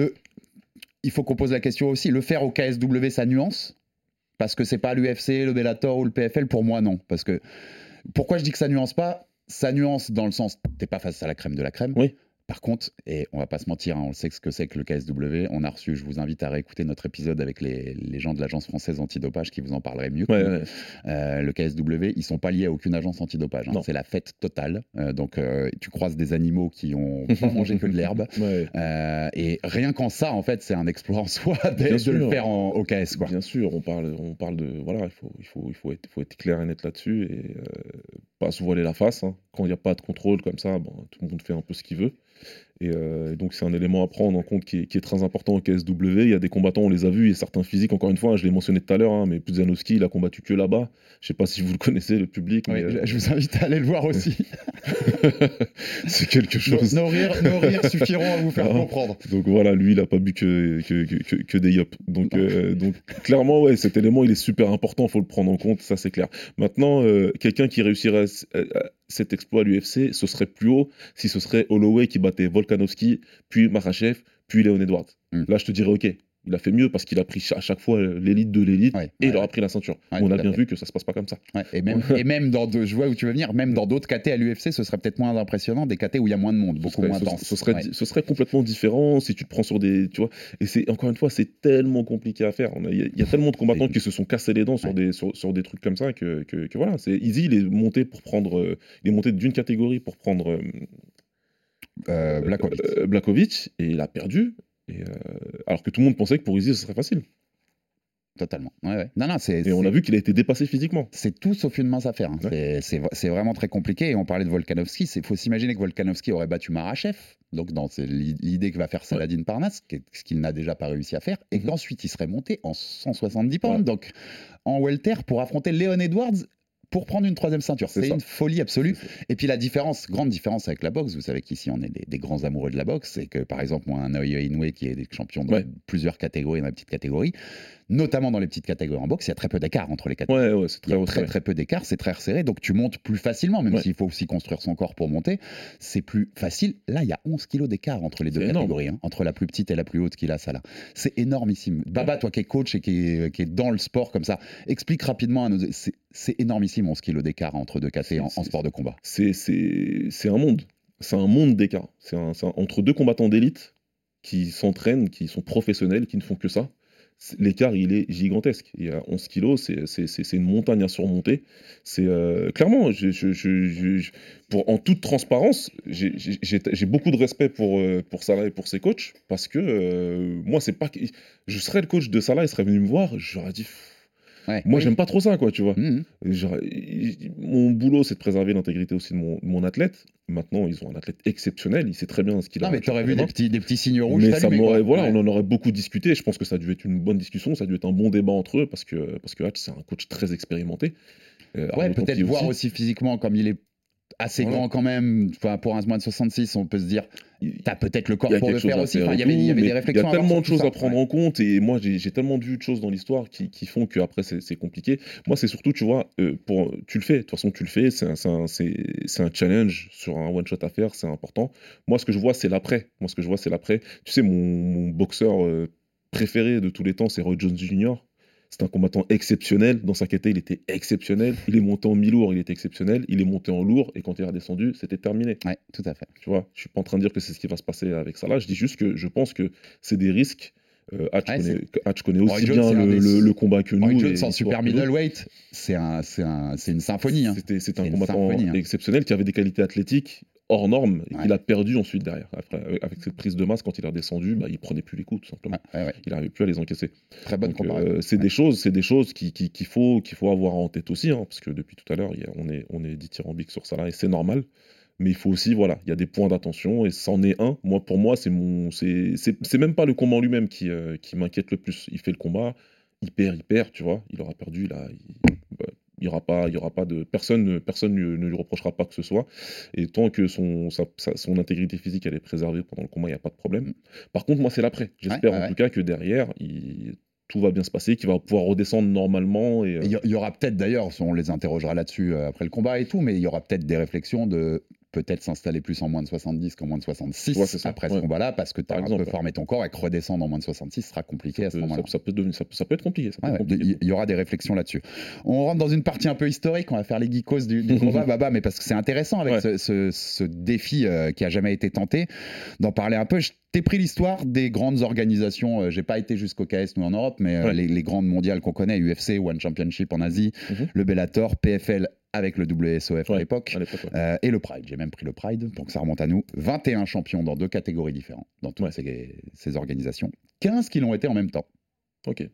Il faut qu'on pose la question aussi. Le faire au KSW, ça nuance ? Parce que c'est pas l'UFC, le Bellator ou le PFL, pour moi, non. Parce que pourquoi je dis que ça nuance pas ? Ça nuance dans le sens, t'es pas face à la crème de la crème. Par contre, et on va pas se mentir, hein, on sait ce que c'est que le KSW. On a reçu, je vous invite à réécouter notre épisode avec les gens de l'agence française antidopage qui vous en parleraient mieux que nous. Le KSW, ils sont pas liés à aucune agence antidopage. Hein. C'est la fête totale. Donc, tu croises des animaux qui ont pas mangé que de l'herbe. Et rien qu'en ça, en fait, c'est un exploit en soi de le faire au KS. Quoi. Bien sûr, on parle de voilà, il faut être clair et net là-dessus et pas se voiler la face. Hein. Quand il n'y a pas de contrôle comme ça, tout le monde fait un peu ce qu'il veut. Et donc c'est un élément à prendre en compte qui est très important au KSW. Il y a des combattants, on les a vus, et certains physiques, encore une fois, hein, je l'ai mentionné tout à l'heure, hein, mais Pudzianowski, il a combattu que là-bas. Je sais pas si vous le connaissez, le public. Oui, mais, je vous invite à aller le voir aussi. C'est quelque chose. Nos rires suffiront à vous faire comprendre. Donc voilà, lui, il a pas bu que des yop. Donc clairement, ouais, cet élément, il est super important, faut le prendre en compte, ça c'est clair. Maintenant, quelqu'un qui réussirait cet exploit à l'UFC, ce serait plus haut si ce serait Holloway qui battait Volkanovski, puis Makhachev, puis Leon Edwards. Là, je te dirais ok. Il a fait mieux parce qu'il a pris à chaque fois l'élite de l'élite et il aura pris la ceinture. On a bien vu que ça se passe pas comme ça. Et même dans je vois où tu veux venir, même dans d'autres KT à l'UFC, ce serait peut-être moins impressionnant, des KT où il y a moins de monde, beaucoup moins dense. Ce serait complètement différent si tu te prends sur des, tu vois. Et c'est encore une fois, c'est tellement compliqué à faire. Il y a tellement de combattants qui se sont cassés les dents sur des trucs comme ça que voilà. C'est Easy, il est monté d'une catégorie pour prendre Blachowicz et il a perdu. Alors que tout le monde pensait que pour Izzy ce serait facile. Totalement. Ouais. Non, et on a vu qu'il a été dépassé physiquement. C'est tout sauf une mince affaire. Hein. Ouais. C'est vraiment très compliqué. Et on parlait de Volkanovski. Il faut s'imaginer que Volkanovski aurait battu Makhachev. Donc, c'est l'idée que va faire Saladin Parnasse, ce qu'il n'a déjà pas réussi à faire. Et qu'ensuite, il serait monté en 170 pounds. Donc, en welter pour affronter Leon Edwards. Pour prendre une troisième ceinture, c'est une folie absolue. Et puis la grande différence avec la boxe, vous savez qu'ici on est des grands amoureux de la boxe, c'est que par exemple moi, un Naoya Inoue qui est champion de plusieurs catégories dans les petites catégories, notamment dans les petites catégories en boxe, il y a très peu d'écart entre les catégories. C'est très peu d'écart, c'est très resserré, donc tu montes plus facilement, même s'il faut aussi construire son corps pour monter, c'est plus facile. Là, il y a 11 kilos d'écart entre les deux catégories, hein, entre la plus petite et la plus haute qu'il a, ça là. C'est énormissime. Baba, toi qui es coach et qui est dans le sport comme ça, explique rapidement à nos... C'est énormissime, 11 kilos d'écart entre deux KT en sport de combat. C'est un monde. C'est un monde d'écart. C'est entre deux combattants d'élite qui s'entraînent, qui sont professionnels, qui ne font que ça. L'écart, il est gigantesque. Il y a 11 kilos, c'est une montagne à surmonter. C'est clairement, en toute transparence, j'ai beaucoup de respect pour Salah et pour ses coachs, parce que moi, c'est pas... Je serais le coach de Salah, il serait venu me voir, j'aurais dit... Moi, j'aime pas trop ça, quoi, tu vois. Mon boulot, c'est de préserver l'intégrité aussi de mon athlète. Maintenant, ils ont un athlète exceptionnel. Il sait très bien ce qu'il a. Non, mais t'aurais vu des petits signes rouges. Mais ça m'aurait, on en aurait beaucoup discuté. Je pense que ça a dû être une bonne discussion. Ça a dû être un bon débat entre eux parce que Hatch, c'est un coach très expérimenté. Peut-être voir aussi physiquement comme il est assez grand quand même. Enfin, pour un moins de 66, on peut se dire, t'as peut-être le corps pour le faire aussi. Il y avait des réflexions. Il y a tellement de choses à prendre en compte et moi, j'ai tellement vu de choses dans l'histoire qui font qu'après, c'est compliqué. Moi, c'est surtout, tu vois, tu le fais. De toute façon, tu le fais. C'est un challenge sur un one-shot à faire. C'est important. Moi, ce que je vois, c'est l'après. Tu sais, mon boxeur préféré de tous les temps, c'est Roy Jones Jr. C'est un combattant exceptionnel. Dans sa caté, il était exceptionnel. Il est monté en mi-lourd, il était exceptionnel. Il est monté en lourd et quand il est redescendu, c'était terminé. Ouais, tout à fait. Tu vois, je suis pas en train de dire que c'est ce qui va se passer avec ça là. Je dis juste que je pense que c'est des risques. Hatch connaît aussi bien le combat que nous. Roy Jones en super middleweight, c'est une symphonie. Hein. C'est un combattant exceptionnel qui avait des qualités athlétiques hors normes et qu'il a perdu ensuite derrière. Après, avec cette prise de masse, quand il est redescendu, il prenait plus les coups tout simplement. Il n'arrivait plus à les encaisser. Très bonne comparaison. C'est des choses qu'il faut avoir en tête aussi, hein, parce que depuis tout à l'heure, on est dithyrambique sur ça là et c'est normal. Mais il faut aussi, voilà, il y a des points d'attention et c'en est un. Pour moi, c'est même pas le combat en lui-même qui m'inquiète le plus. Il fait le combat, il perd, tu vois. Il aura perdu là. Il y aura pas de personne ne lui reprochera pas que ce soit. Et tant que son intégrité physique elle est préservée pendant le combat, il y a pas de problème. Par contre, moi, c'est l'après. J'espère en tout cas que derrière, tout va bien se passer, qu'il va pouvoir redescendre normalement. Il y aura peut-être d'ailleurs, on les interrogera là-dessus après le combat et tout, mais il y aura peut-être des réflexions de peut-être s'installer plus en moins de 70 qu'en moins de 66 après ce ouais. combat-là, parce que tu as un exemple, peu formé ton corps et que redescendre en moins de 66 sera compliqué à ce moment-là. Ça peut être compliqué. Il y aura des réflexions là-dessus. On rentre dans une partie un peu historique, on va faire les geekos du combat, Baba, mais parce que c'est intéressant avec ce défi qui a jamais été tenté, d'en parler un peu. Je t'ai pris l'histoire des grandes organisations, j'ai pas été jusqu'au KS nous en Europe, mais les grandes mondiales qu'on connaît, UFC, One Championship en Asie, le Bellator, PFL avec le WSOF à l'époque, et le Pride. J'ai même pris le Pride, donc ça remonte à nous. 21 champions dans 2 catégories différentes, dans toutes ces organisations. 15 qui l'ont été en même temps. Ok.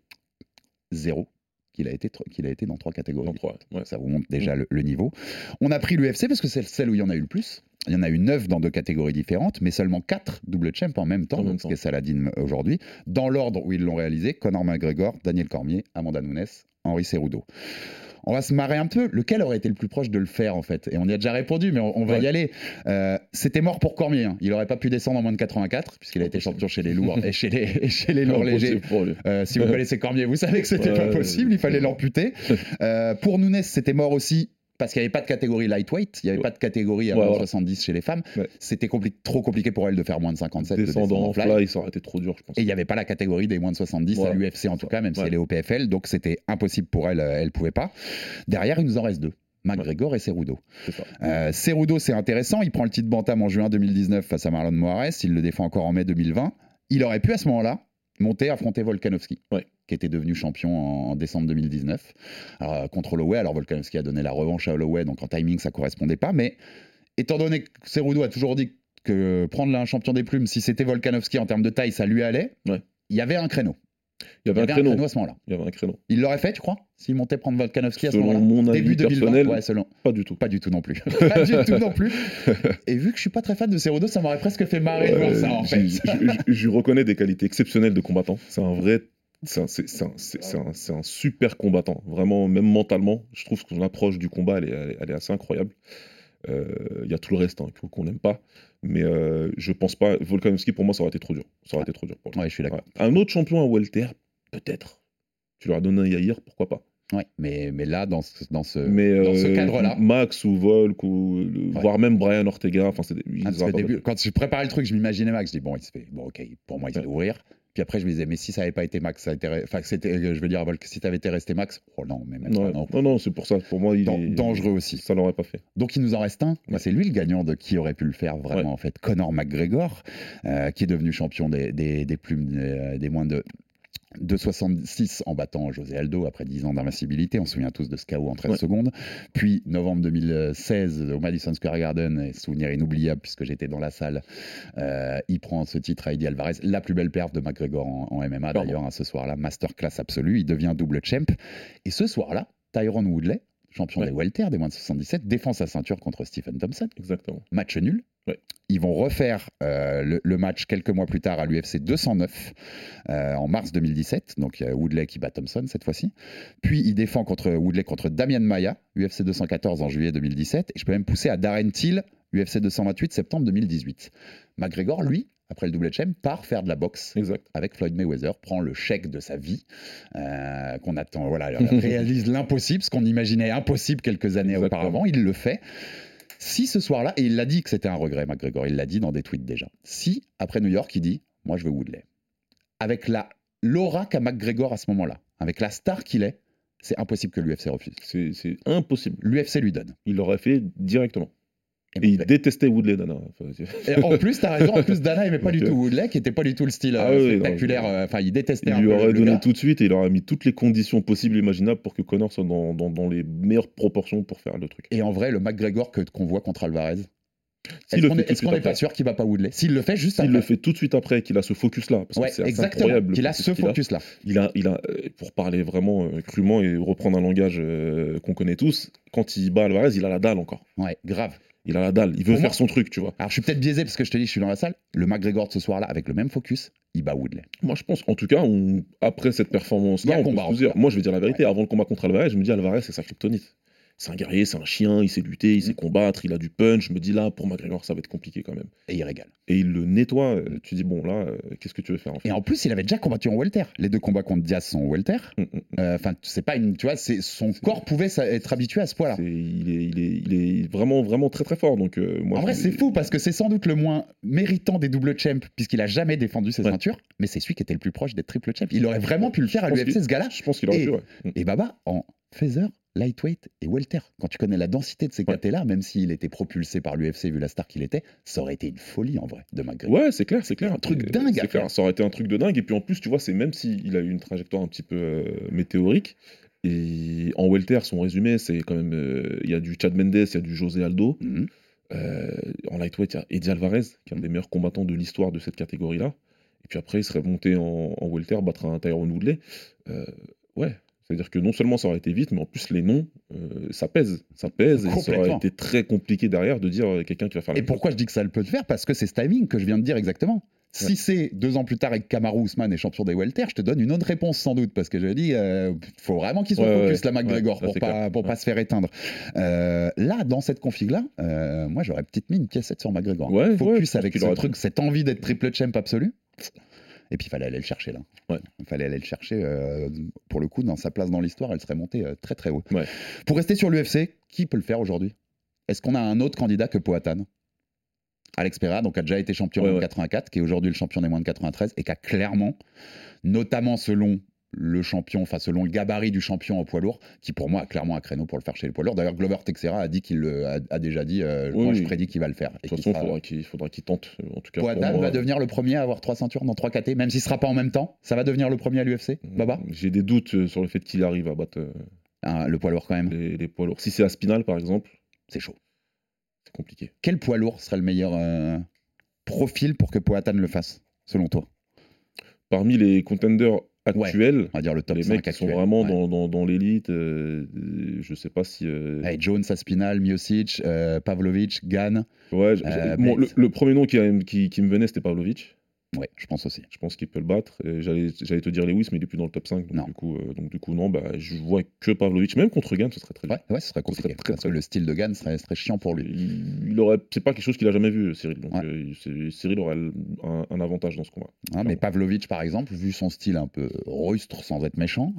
0 qu'il a été dans 3 catégories. Ça vous montre déjà le niveau. On a pris l'UFC parce que c'est celle où il y en a eu le plus. Il y en a eu 9 dans 2 catégories différentes, mais seulement 4 double champ en même temps, ce qui est Saladin aujourd'hui. Dans l'ordre où ils l'ont réalisé, Conor McGregor, Daniel Cormier, Amanda Nunes, Henry Cejudo. On va se marrer un peu. Lequel aurait été le plus proche de le faire, en fait? Et on y a déjà répondu, mais on va y aller. C'était mort pour Cormier. Hein. Il n'aurait pas pu descendre en moins de 84, puisqu'il a été champion chez les lourds et chez les lourds légers. Si vous connaissez Cormier, vous savez que c'était pas possible. Il fallait l'amputer. Pour Nunes, c'était mort aussi. Parce qu'il n'y avait pas de catégorie lightweight, il n'y avait pas de catégorie à moins de 70 chez les femmes. C'était trop compliqué pour elle de faire moins de 57. Descendre en fly, ça aurait été trop dur, je pense. Et il n'y avait pas la catégorie des moins de 70 à l'UFC en tout cas, même si elle est au PFL. Donc c'était impossible pour elle, elle ne pouvait pas. Derrière, il nous en reste 2. McGregor et Cejudo. Cejudo, c'est intéressant. Il prend le titre bantam en juin 2019 face à Marlon Moraes. Il le défend encore en mai 2020. Il aurait pu à ce moment-là monter affronter Volkanovski, qui était devenu champion en décembre 2019 contre Holloway. Alors Volkanovski a donné la revanche à Holloway, donc en timing ça correspondait pas, mais étant donné que Cejudo a toujours dit que prendre un champion des plumes, si c'était Volkanovski en termes de taille, ça lui allait, il y avait un créneau. Il y avait un créneau à ce moment-là. Il y avait un créneau. Il l'aurait fait, tu crois? S'il montait prendre Volkanovski à ce moment-là? Selon mon avis début 2020, personnel, pas du tout. Pas du tout non plus. Pas du tout non plus. Et vu que je suis pas très fan de Cejudo, ça m'aurait presque fait marrer de voir ça en fait. Je reconnais des qualités exceptionnelles de combattant. C'est un vrai... C'est un super combattant. Vraiment, même mentalement, je trouve que son approche du combat, elle est assez incroyable. Il y a tout le reste qu'on n'aime pas. Mais je pense pas... Volkanovski, pour moi, ça aurait été trop dur. Ça aurait été trop dur pour lui. Ouais, je suis d'accord. Un autre champion à welter, peut-être. Tu leur as donné un Yair, pourquoi pas? Ouais, mais là, dans ce cadre-là... Max ou Volk, voire même Brian Ortega, quand je préparais le truc, je m'imaginais Max, je dis bon, ok, pour moi, il va ouvrir. Puis après, je me disais, mais si ça n'avait pas été Max, je veux dire, Volk, si tu avais été resté Max, oh non, mais même pas, non, c'est pour ça. Pour moi, il est dangereux aussi. Ça l'aurait pas fait. Donc, il nous en reste un. C'est lui le gagnant de qui aurait pu le faire vraiment, en fait. Conor McGregor, qui est devenu champion des plumes des moins de 66 en battant José Aldo après 10 ans d'invincibilité. On se souvient tous de ce KO en 13 secondes. Puis, novembre 2016, au Madison Square Garden, et souvenir inoubliable puisque j'étais dans la salle, il prend ce titre à Eddie Alvarez. La plus belle perf de McGregor en MMA d'ailleurs, ce soir-là. Masterclass absolue. Il devient double champ. Et ce soir-là, Tyron Woodley, champion des welter, des moins de 77, défend sa ceinture contre Stephen Thompson. Exactement. Match nul. Ils vont refaire le match quelques mois plus tard à l'UFC 209 en mars 2017. Donc Woodley qui bat Thompson cette fois-ci. Puis il défend Woodley contre Damian Maia, UFC 214 en juillet 2017. Et je peux même pousser à Darren Till, UFC 228 septembre 2018. McGregor, lui, après le double champ, part faire de la boxe avec Floyd Mayweather, prend le chèque de sa vie, qu'on attend, réalise l'impossible, ce qu'on imaginait impossible quelques années auparavant, il le fait. Si ce soir-là, et il l'a dit que c'était un regret, McGregor, il l'a dit dans des tweets déjà, si, après New York, il dit « moi je veux Woodley », avec l'aura qu'a McGregor à ce moment-là, avec la star qu'il est, c'est impossible que l'UFC refuse. C'est impossible. L'UFC lui donne. Il l'aurait fait directement. Et il détestait Woodley, Dana. Et en plus, t'as raison, Dana n'aimait pas du tout Woodley, qui n'était pas du tout le style spectaculaire. Il détestait un peu. Il lui aurait donné tout de suite et il aurait mis toutes les conditions possibles et imaginables pour que Conor soit dans les meilleures proportions pour faire le truc. Et en vrai, le McGregor qu'on voit contre Alvarez, est-ce qu'on n'est pas sûr qu'il ne va pas Woodley? S'il le fait juste après. S'il le fait tout de suite après, qu'il a ce focus-là. Parce que c'est incroyable. Qu'il a ce focus-là. Il a, pour parler vraiment crûment et reprendre un langage qu'on connaît tous, quand il bat Alvarez, il a la dalle encore. Ouais, grave. Il a la dalle, il veut faire son truc, tu vois. Alors je suis peut-être biaisé parce que je te dis, je suis dans la salle. Le McGregor de ce soir-là, avec le même focus, il bat Woodley. Moi je pense, en tout cas, après cette performance-là, on peut se dire, moi je vais dire la vérité, avant le combat contre Alvarez, je me dis Alvarez c'est sa kryptonite. c'est un guerrier, c'est un chien, il sait lutter, il sait combattre, il a du punch. Je me dis là, pour McGregor, ça va être compliqué quand même. Et il régale. Et il le nettoie. Tu dis, bon, là, qu'est-ce que tu veux faire en fait. Et en plus, il avait déjà combattu en welter. Les 2 combats contre Diaz sont en welter. Enfin, c'est pas une. Tu vois, son corps pouvait être habitué à ce poids-là. Il est vraiment, vraiment très, très fort. Donc, moi, en vrai, c'est fou parce que c'est sans doute le moins méritant des double champs, puisqu'il a jamais défendu ses ceintures, mais c'est celui qui était le plus proche d'être triple champ. Il aurait vraiment pu le faire à l'UFC, ce gars-là. Je pense qu'il aurait pu, ouais. Et Baba, en feather, lightweight et welter. Quand tu connais la densité de ces catés-là, même s'il était propulsé par l'UFC vu la star qu'il était, ça aurait été une folie en vrai de McGregor. Ouais, c'est clair. Un truc dingue à faire. Ça aurait été un truc de dingue. Et puis en plus, tu vois, c'est même s'il a eu une trajectoire un petit peu météorique. Et en welter, son résumé, c'est quand même. Il y a du Chad Mendes, il y a du José Aldo. En lightweight, il y a Eddie Alvarez, qui est un des meilleurs combattants de l'histoire de cette catégorie-là. Et puis après, il serait monté en welter, battre un Tyrone Woodley. Ouais. C'est-à-dire que non seulement ça aurait été vite, mais en plus les noms, ça pèse. Ça pèse et ça aurait été très compliqué derrière de dire quelqu'un qui va faire la Et pourquoi je dis que ça le peut te faire? Parce que c'est ce timing que je viens de dire exactement. Si c'est 2 ans plus tard et que Kamaru Usman est champion des welter, je te donne une autre réponse sans doute, parce que je dis, faut vraiment qu'il soit focus là, McGregor, pour pas se faire éteindre. Là, dans cette config-là, moi j'aurais peut-être mis une piècette sur McGregor. Focus avec ce truc, cette envie d'être triple champ absolu. Et puis il fallait aller le chercher là. Il fallait aller le chercher. Pour le coup, dans sa place dans l'histoire, elle serait montée très très haut. Pour rester sur l'UFC, qui peut le faire aujourd'hui? Est-ce qu'on a un autre candidat que Poatan? Alex Pereira, donc a déjà été champion en 84, qui est aujourd'hui le champion des moins de 93 et qui a clairement, notamment selon le champion, enfin selon le gabarit du champion en poids lourd, qui pour moi a clairement un créneau pour le faire chez les poids lourds. D'ailleurs, Glover Teixeira a dit qu'il a déjà dit, moi je prédis qu'il va le faire. De toute façon, il faudra qu'il tente. En tout cas, Poatan va devenir le premier à avoir 3 ceintures dans 3 KT, même s'il ne sera pas en même temps. Ça va devenir le premier à l'UFC, Baba? J'ai des doutes sur le fait qu'il arrive à battre le poids lourd quand même. Les poids lourds. Si c'est Aspinal par exemple, c'est chaud. C'est compliqué. Quel poids lourd serait le meilleur profil pour que Poatan le fasse, selon toi? Parmi les contenders actuels, on va dire le top les 5 mecs qui sont vraiment dans l'élite, je sais pas si... Jones, Aspinal, Miocic, Pavlovich, Gane. Ouais, le premier nom qui me venait, c'était Pavlovich. Ouais, je pense aussi. Je pense qu'il peut le battre. J'allais te dire Lewis, mais il est plus dans le top 5. Donc du coup, non, je vois que Pavlovich. Même contre Gane, ce serait très dur. Ouais, ce serait compliqué. Parce que le style de Gane serait chiant pour lui. C'est pas quelque chose qu'il a jamais vu, Cyril. Donc Cyril aurait un avantage dans ce combat. Mais Pavlovich, par exemple, vu son style un peu rustre, sans être méchant,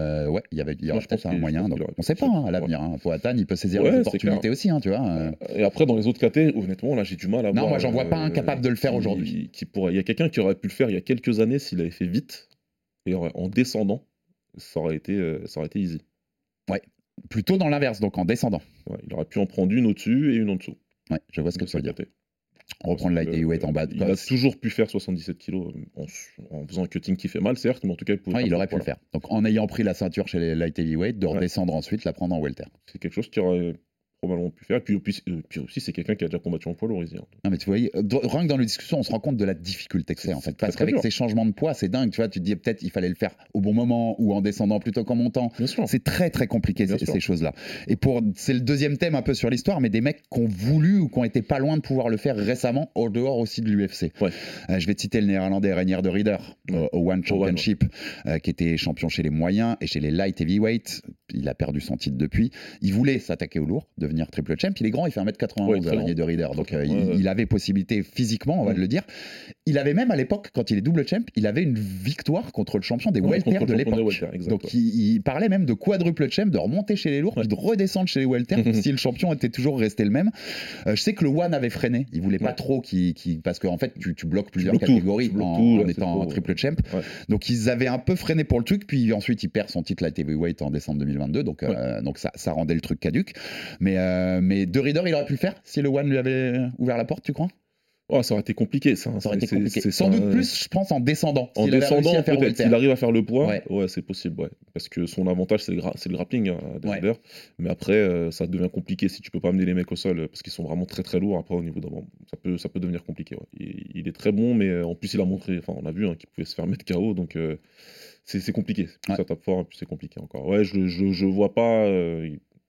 il y aurait peut-être un moyen. Donc, on sait pas à l'avenir. Poatan, il peut saisir les opportunités aussi, tu vois. Et après, dans les autres KT, honnêtement, là, j'ai du mal à voir. Non, moi, j'en vois pas un capable de le faire aujourd'hui. Il y a quelqu'un qui aurait pu le faire il y a quelques années s'il avait fait vite et en descendant, ça aurait été easy. Ouais, plutôt dans l'inverse, donc en descendant. Ouais, il aurait pu en prendre une au-dessus et une en dessous. Ouais, je vois ce que tu veux dire. Reprendre light heavyweight en bas. Il a toujours pu faire 77 kilos en faisant un cutting qui fait mal, certes, mais en tout cas, il aurait pu le faire. Donc en ayant pris la ceinture chez les light heavyweight, de redescendre ensuite, la prendre en welter. C'est quelque chose qui aurait probablement pu faire. Et puis aussi, c'est quelqu'un qui a déjà combattu en poids lourd ici. Non, mais tu vois, rien que dans les discussions, on se rend compte de la difficulté que c'est en fait. Parce qu'avec ces changements de poids, c'est dingue. Tu vois, tu te dis peut-être il fallait le faire au bon moment ou en descendant plutôt qu'en montant. C'est très très compliqué ces choses-là. Et c'est le deuxième thème un peu sur l'histoire, mais des mecs qui ont voulu ou qui ont été pas loin de pouvoir le faire récemment, au dehors aussi de l'UFC. Je vais te citer le néerlandais Reinier de Ridder au One Championship, qui était champion chez les moyens et chez les light heavyweight. Il a perdu son titre depuis. Il voulait s'attaquer au lourd, devenir triple champ. Il est grand, il fait 1m91 Reinier de Ridder. Donc il avait possibilité physiquement, on va le dire. Il avait même à l'époque, quand il est double champ, il avait une victoire contre le champion des welter de l'époque. Donc il parlait même de quadruple champ, de remonter chez les lourds, puis de redescendre chez les welter si le champion était toujours resté le même. Je sais que le One avait freiné. Il voulait pas trop parce qu'en fait tu bloques plusieurs catégories en étant triple champ. Donc ils avaient un peu freiné pour le truc. Puis ensuite il perd son titre light heavyweight en décembre 2022. Donc ça rendait le truc caduc. Mais De Ridder, il aurait pu le faire si le One lui avait ouvert la porte, tu crois? Ça aurait été compliqué, ça. Ça aurait été compliqué. Sans doute plus, je pense, en descendant. En descendant, peut-être. S'il arrive à faire le poids, c'est possible. Parce que son avantage, c'est le grappling, De Ridder. Mais après, ça devient compliqué si tu peux pas amener les mecs au sol, parce qu'ils sont vraiment très très lourds. Après, au niveau d'avant, ça peut devenir compliqué. Il est très bon, mais en plus, il a montré, on a vu qu'il pouvait se faire mettre KO, donc c'est compliqué. Plus ça tape fort, plus c'est compliqué encore. Je vois pas.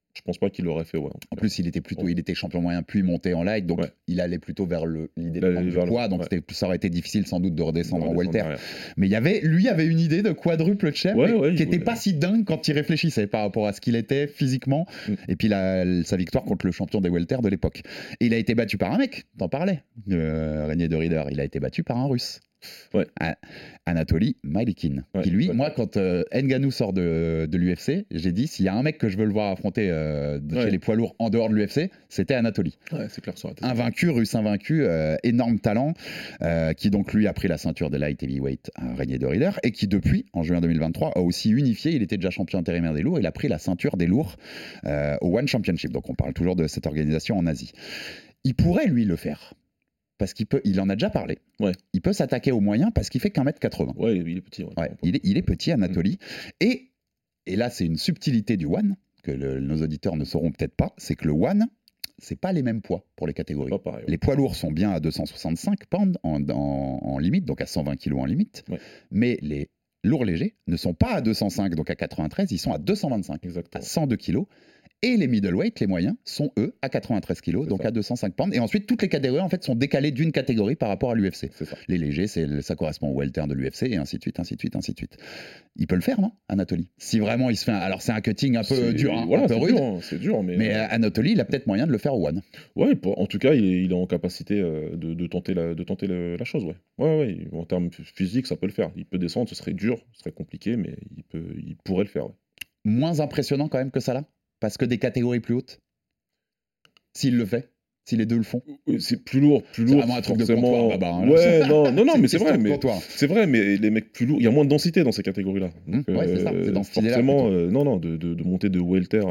Je pense pas qu'il l'aurait fait, ouais. En plus, il était champion moyen, puis monté en light, donc il allait plutôt vers l'idée de prendre le poids, donc ça aurait été difficile sans doute de redescendre en welter. Mais lui avait une idée de quadruple champ qui était pas si dingue quand il réfléchissait par rapport à ce qu'il était physiquement, et puis sa victoire contre le champion des welter de l'époque. Et il a été battu par un mec, t'en parlais, Régnier de Rieder, il a été battu par un Russe. Anatoly Malikin, qui lui, moi quand Ngannou sort de l'UFC, j'ai dit s'il y a un mec que je veux le voir affronter chez les poids lourds en dehors de l'UFC, c'était Anatoly. C'est clair, ça aurait été invaincu, russe invaincu, énorme talent, qui donc lui a pris la ceinture de light heavyweight à Régnier de Rieder, et qui depuis, en juin 2023, a aussi unifié, il était déjà champion intérimaire des lourds, il a pris la ceinture des lourds au One Championship, donc on parle toujours de cette organisation en Asie. Il pourrait lui le faire. Parce il en a déjà parlé. Il peut s'attaquer aux moyens parce qu'il fait qu'1m80. Ouais, il est petit. Il est petit, Anatoly. Et là, c'est une subtilité du One que nos auditeurs ne sauront peut-être pas. C'est que le One, c'est pas les mêmes poids pour les catégories. Pareil, les poids lourds sont bien à 265 pounds en limite, donc à 120 kg en limite. Mais les lourds légers ne sont pas à 205, donc à 93, ils sont à 225, à 102 kg. Et les middleweight, les moyens, sont eux à 93 kg, donc à 205 pounds. Et ensuite, toutes les catégories en fait sont décalées d'une catégorie par rapport à l'UFC. Les légers, ça correspond au welter de l'UFC, et ainsi de suite, ainsi de suite, ainsi de suite. Il peut le faire, non, Anatoly? Si vraiment il se fait alors c'est un cutting un peu dur, un peu rude. C'est dur, mais Anatoly, il a peut-être moyen de le faire au One. Ouais, en tout cas, il est en capacité de tenter la chose, ouais. En termes physiques, ça peut le faire. Il peut descendre, ce serait dur, ce serait compliqué, mais il pourrait le faire. Moins impressionnant quand même que ça là? Parce que des catégories plus hautes, s'il le fait, si les deux le font. C'est plus lourd. C'est vraiment un truc forcément... de comptoir, ouais, non, mais c'est vrai, mais les mecs plus lourds, il y a moins de densité dans ces catégories-là. Donc, c'est ça, c'est dans ce style-là. Forcément, de monter de welter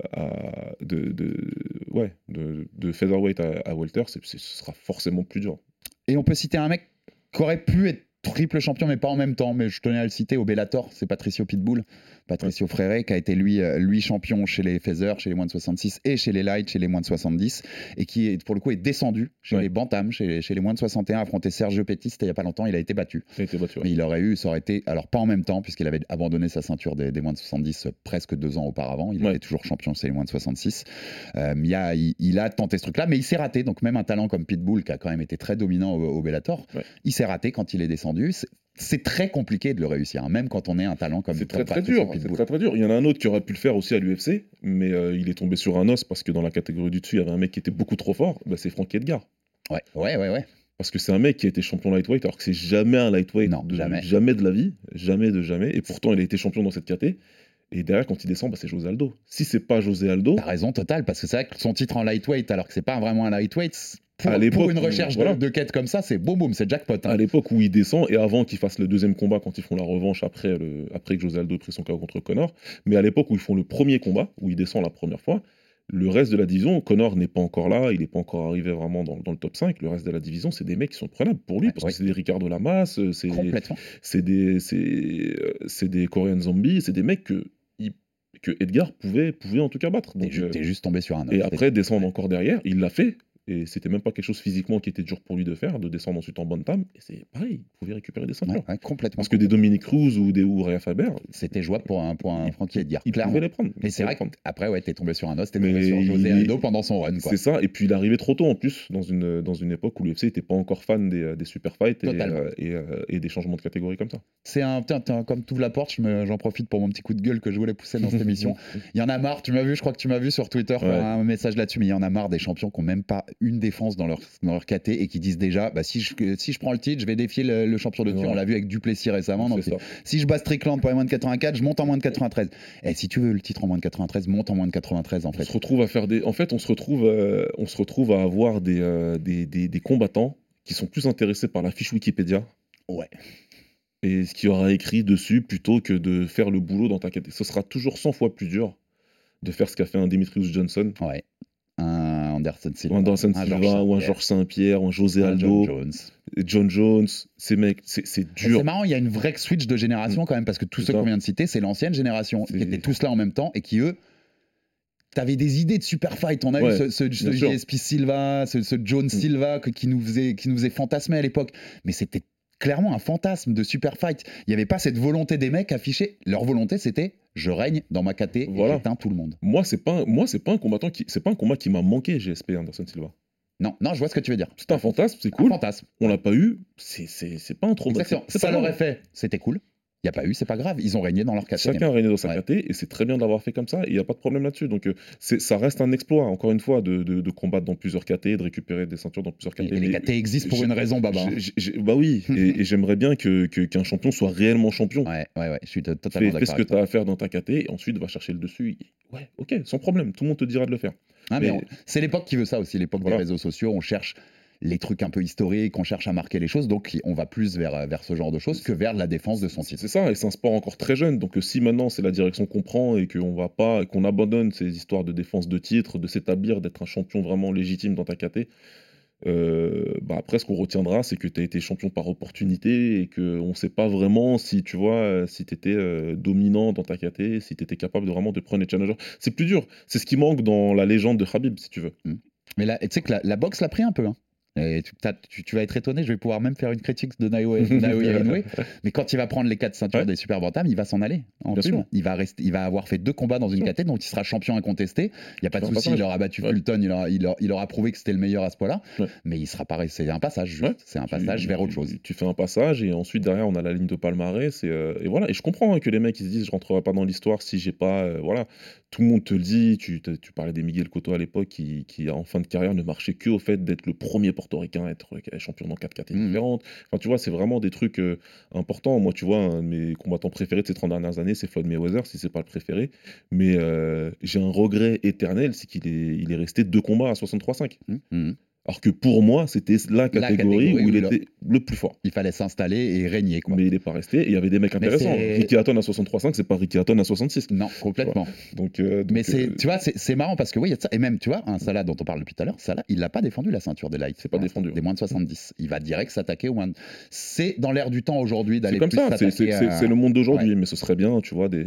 de featherweight à welter, ce sera forcément plus dur. Et on peut citer un mec qui aurait pu être triple champion, mais pas en même temps, mais je tenais à le citer, au Bellator, c'est Patricio Pitbull, Patricio Freire, qui a été lui champion chez les feathers, chez les moins de 66 et chez les light, chez les moins de 70, et qui pour le coup est descendu chez les bantams, chez les moins de 61, affronté Sergio Pettis, c'était il y a pas longtemps, il a été battu. Mais ça aurait été, alors pas en même temps, puisqu'il avait abandonné sa ceinture des moins de 70 presque 2 ans auparavant, il était toujours champion chez les moins de 66. Il a tenté ce truc-là, mais il s'est raté, donc même un talent comme Pitbull, qui a quand même été très dominant au Bellator, il s'est raté quand il est descendu. C'est très compliqué de le réussir, même quand on est un talent comme Pitbull. C'est très dur. Il y en a un autre qui aurait pu le faire aussi à l'UFC, mais il est tombé sur un os parce que dans la catégorie du dessus, il y avait un mec qui était beaucoup trop fort. C'est Frankie Edgar. Ouais. Parce que c'est un mec qui a été champion lightweight, alors que c'est jamais un lightweight. Non, jamais de la vie. Jamais de jamais. Et pourtant, il a été champion dans cette caté. Et derrière, quand il descend, c'est José Aldo. Si c'est pas José Aldo... T'as raison totale, parce que c'est vrai que son titre en lightweight, alors que c'est pas vraiment un lightweight... Pour une recherche de quête comme ça, c'est boum, c'est jackpot. À l'époque où il descend, et avant qu'il fasse le deuxième combat, quand ils font la revanche après que José Aldo ait pris son KO contre Conor, mais à l'époque où ils font le premier combat, où il descend la première fois, le reste de la division, Conor n'est pas encore là, il n'est pas encore arrivé vraiment dans le top 5, le reste de la division, c'est des mecs qui sont prenables pour lui, parce que c'est des Ricardo Lamas, c'est des Korean Zombies, c'est des mecs que Edgar pouvait en tout cas battre. T'es juste tombé sur un autre. Et après, descendre encore derrière, il l'a fait. Et c'était même pas quelque chose physiquement qui était dur pour lui de faire, de descendre ensuite en bantam. Et c'est pareil, il pouvait récupérer des ceintures. Complètement. Parce que des Dominic Cruz ou Rhea Faber, c'était jouable pour un Frankie Edgar. Il pouvait les prendre. Et c'est vrai qu'après, t'es tombé sur un os, t'es tombé sur José Aldo pendant son run. C'est ça, et puis il arrivait trop tôt en plus, dans une époque où l'UFC n'était pas encore fan des super fights et des changements de catégorie comme ça. C'est comme tu ouvres la porte, j'en profite pour mon petit coup de gueule que je voulais pousser dans cette émission. Il y en a marre, je crois que tu m'as vu sur Twitter un message là-dessus, mais il y en a marre des champions qui n'ont même pas une défense dans leur KT et qui disent déjà si je prends le titre, je vais défier le champion de dessus. On l'a vu avec Duplessis récemment. Donc si je bats Strickland pour les moins de 84, je monte en moins de 93. Et si tu veux le titre en moins de 93, monte en moins de 93 en fait. On se retrouve à faire on se retrouve à avoir des combattants qui sont plus intéressés par la fiche Wikipédia. Ouais. Et ce qu'il y aura écrit dessus plutôt que de faire le boulot dans ta KT. Ce sera toujours 100 fois plus dur de faire ce qu'a fait un Demetrius Johnson. Ouais. Un Anderson Silva, ou un Georges Saint-Pierre, ou un José Aldo, John Jones, ces mecs, c'est dur. C'est marrant, il y a une vraie switch de génération quand même, parce que tous ceux qu'on vient de citer, c'est l'ancienne génération, qui étaient tous là en même temps, et qui eux, t'avais des idées de super fight. On a eu ce JSP Silva, ce Jones Silva qui nous faisait fantasmer à l'époque, mais c'était clairement un fantasme de super fight. Il n'y avait pas cette volonté des mecs affichée. Leur volonté, c'était je règne dans ma KT et j'éteins tout le monde. Moi, c'est pas un combat qui m'a manqué, GSP Anderson Silva. Non, je vois ce que tu veux dire. C'est un fantasme, c'est cool. Un fantasme. On l'a pas eu, c'est pas un trop. Exactement. Ça l'aurait fait, c'était cool. Il n'y a pas eu, c'est pas grave. Ils ont régné dans leur KT. Chacun a régné dans sa KT et c'est très bien d'avoir fait comme ça. Il n'y a pas de problème là-dessus. Donc ça reste un exploit, encore une fois, de combattre dans plusieurs KT, de récupérer des ceintures dans plusieurs KT. Et les KT existent pour une raison, Baba. Bah oui, et j'aimerais bien qu'un champion soit réellement champion. Ouais, je suis totalement d'accord. Fais ce que tu as à faire dans ta KT et ensuite va chercher le dessus. Ouais, ok, sans problème. Tout le monde te dira de le faire. Mais c'est l'époque qui veut ça aussi, l'époque des réseaux sociaux. On cherche les trucs un peu historiques, on cherche à marquer les choses, donc on va plus vers ce genre de choses que vers la défense de son titre. C'est ça, et c'est un sport encore très jeune, donc si maintenant c'est la direction qu'on prend et qu'on abandonne ces histoires de défense de titre, de s'établir, d'être un champion vraiment légitime dans ta KT, après ce qu'on retiendra, c'est que tu as été champion par opportunité et qu'on ne sait pas vraiment si tu vois, si tu étais dominant dans ta KT, si tu étais capable de vraiment de prendre les challengers. C'est plus dur, c'est ce qui manque dans la légende de Khabib, si tu veux. Mais là, tu sais que la boxe l'a pris un peu, hein. Et tu vas être étonné, je vais pouvoir même faire une critique de Naoya Inoue. Mais quand il va prendre les 4 ceintures des super bantam, il va s'en aller en film. Il va avoir fait 2 combats dans une KT, donc il sera champion incontesté. Il n'y a pas de souci, il aura battu Fulton, il aura prouvé que c'était le meilleur à ce point-là. Mais il sera pas. C'est un passage, c'est un passage vers autre chose. Tu fais un passage et ensuite derrière on a la ligne de palmarès et voilà. Et je comprends que les mecs ils se disent je rentrerai pas dans l'histoire si j'ai pas voilà. Tout le monde te le dit. Tu parlais des Miguel Cotto à l'époque qui en fin de carrière ne marchait que au fait d'être le premier portoricain à être champion dans 4 catégories différentes. Enfin, tu vois, c'est vraiment des trucs importants. Moi, tu vois, un de mes combattants préférés de ces 30 dernières années, c'est Floyd Mayweather, si c'est pas le préféré. Mais j'ai un regret éternel, c'est qu'il est resté 2 combats à 63,5. Alors que pour moi, c'était la catégorie où il était le plus fort. Il fallait s'installer et régner, quoi. Mais il n'est pas resté. Et il y avait des mecs intéressants. Ricky Hatton à 63,5, c'est pas Ricky Hatton à 66. Non, complètement. Donc, mais tu vois, c'est marrant parce que oui, il y a de ça. Et même, tu vois, un Salah dont on parle depuis tout à l'heure, Salah, il n'a pas défendu la ceinture des lights. C'est pas défendu. Des moins de 70. Il va direct s'attaquer au moins de... C'est dans l'air du temps aujourd'hui d'aller plus s'attaquer. C'est comme ça, c'est le monde d'aujourd'hui. Mais ce serait bien, tu vois,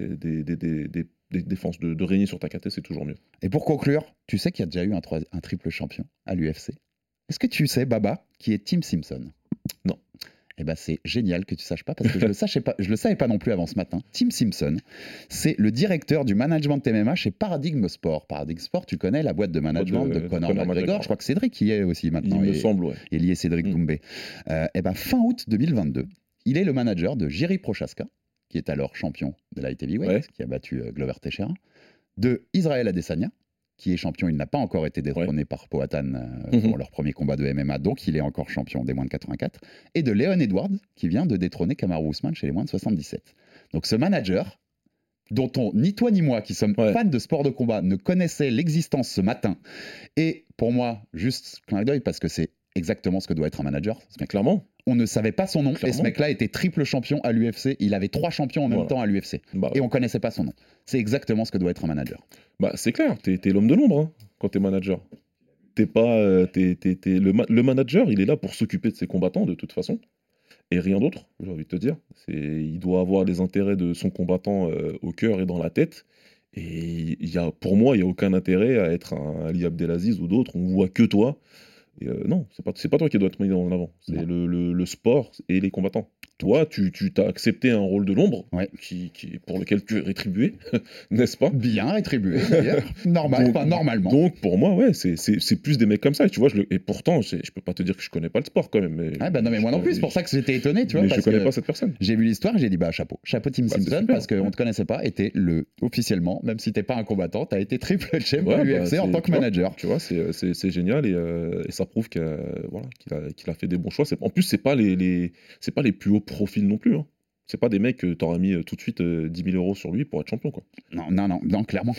des défenses de régner sur ta KT, c'est toujours mieux. Et pour conclure, tu sais qu'il y a déjà eu un triple champion à l'UFC. Est-ce que tu sais, Baba, qui est Tim Simpson? Non. Eh ben, c'est génial que tu ne saches pas, parce que je le savais pas non plus avant ce matin. Tim Simpson, c'est le directeur du management MMA chez Paradigm Sport. Paradigm Sport, tu connais la boîte de management de Conor McGregor. Je crois que Cédric y est aussi maintenant. Il me semble, ouais. Et lié Cédric Doumbé. Eh ben, fin août 2022, il est le manager de Jiří Procházka, qui est alors champion de light heavyweight, qui a battu Glover Teixeira, de Israel Adesanya, qui est champion, il n'a pas encore été détrôné par Poatan pour leur premier combat de MMA, donc il est encore champion des moins de 84, et de Leon Edwards, qui vient de détrôner Kamaru Usman chez les moins de 77. Donc ce manager, dont ni toi ni moi, qui sommes fans de sport de combat, ne connaissait l'existence ce matin, et pour moi, juste clin d'œil, parce que c'est exactement ce que doit être un manager. Mais clairement. On ne savait pas son nom, et ce mec-là était triple champion à l'UFC. Il avait 3 champions en même temps à l'UFC. Et on ne connaissait pas son nom. C'est exactement ce que doit être un manager. C'est clair, t'es l'homme de l'ombre hein, quand t'es manager. T'es pas, le manager, il est là pour s'occuper de ses combattants de toute façon. Et rien d'autre, j'ai envie de te dire. Il doit avoir les intérêts de son combattant au cœur et dans la tête. Et pour moi, il n'y a aucun intérêt à être un Ali Abdelaziz ou d'autres. On voit que toi. Et non, c'est pas toi qui dois être mis en avant. C'est le sport et les combattants. Toi, tu t'as accepté un rôle de l'ombre pour lequel tu es rétribué, n'est-ce pas? Bien rétribué, d'ailleurs. Normalement. Donc, pour moi, c'est plus des mecs comme ça. Et, tu vois, et pourtant, je peux pas te dire que je connais pas le sport quand même. Mais moi non plus, c'est pour ça que j'étais étonné. Tu vois, mais je connais pas cette personne. J'ai vu l'histoire et j'ai dit chapeau. Chapeau Tim Simpson, parce qu'on te connaissait pas. Et t'es officiellement, même si t'es pas un combattant, t'as été triple champ à l'UFC en tant que manager. Tu vois, c'est génial et ça prouve qu'il a fait des bons choix. En plus, c'est pas les plus hauts profils non plus. Hein. C'est pas des mecs que t'aurais mis tout de suite 10 000 € sur lui pour être champion, quoi. Non, clairement.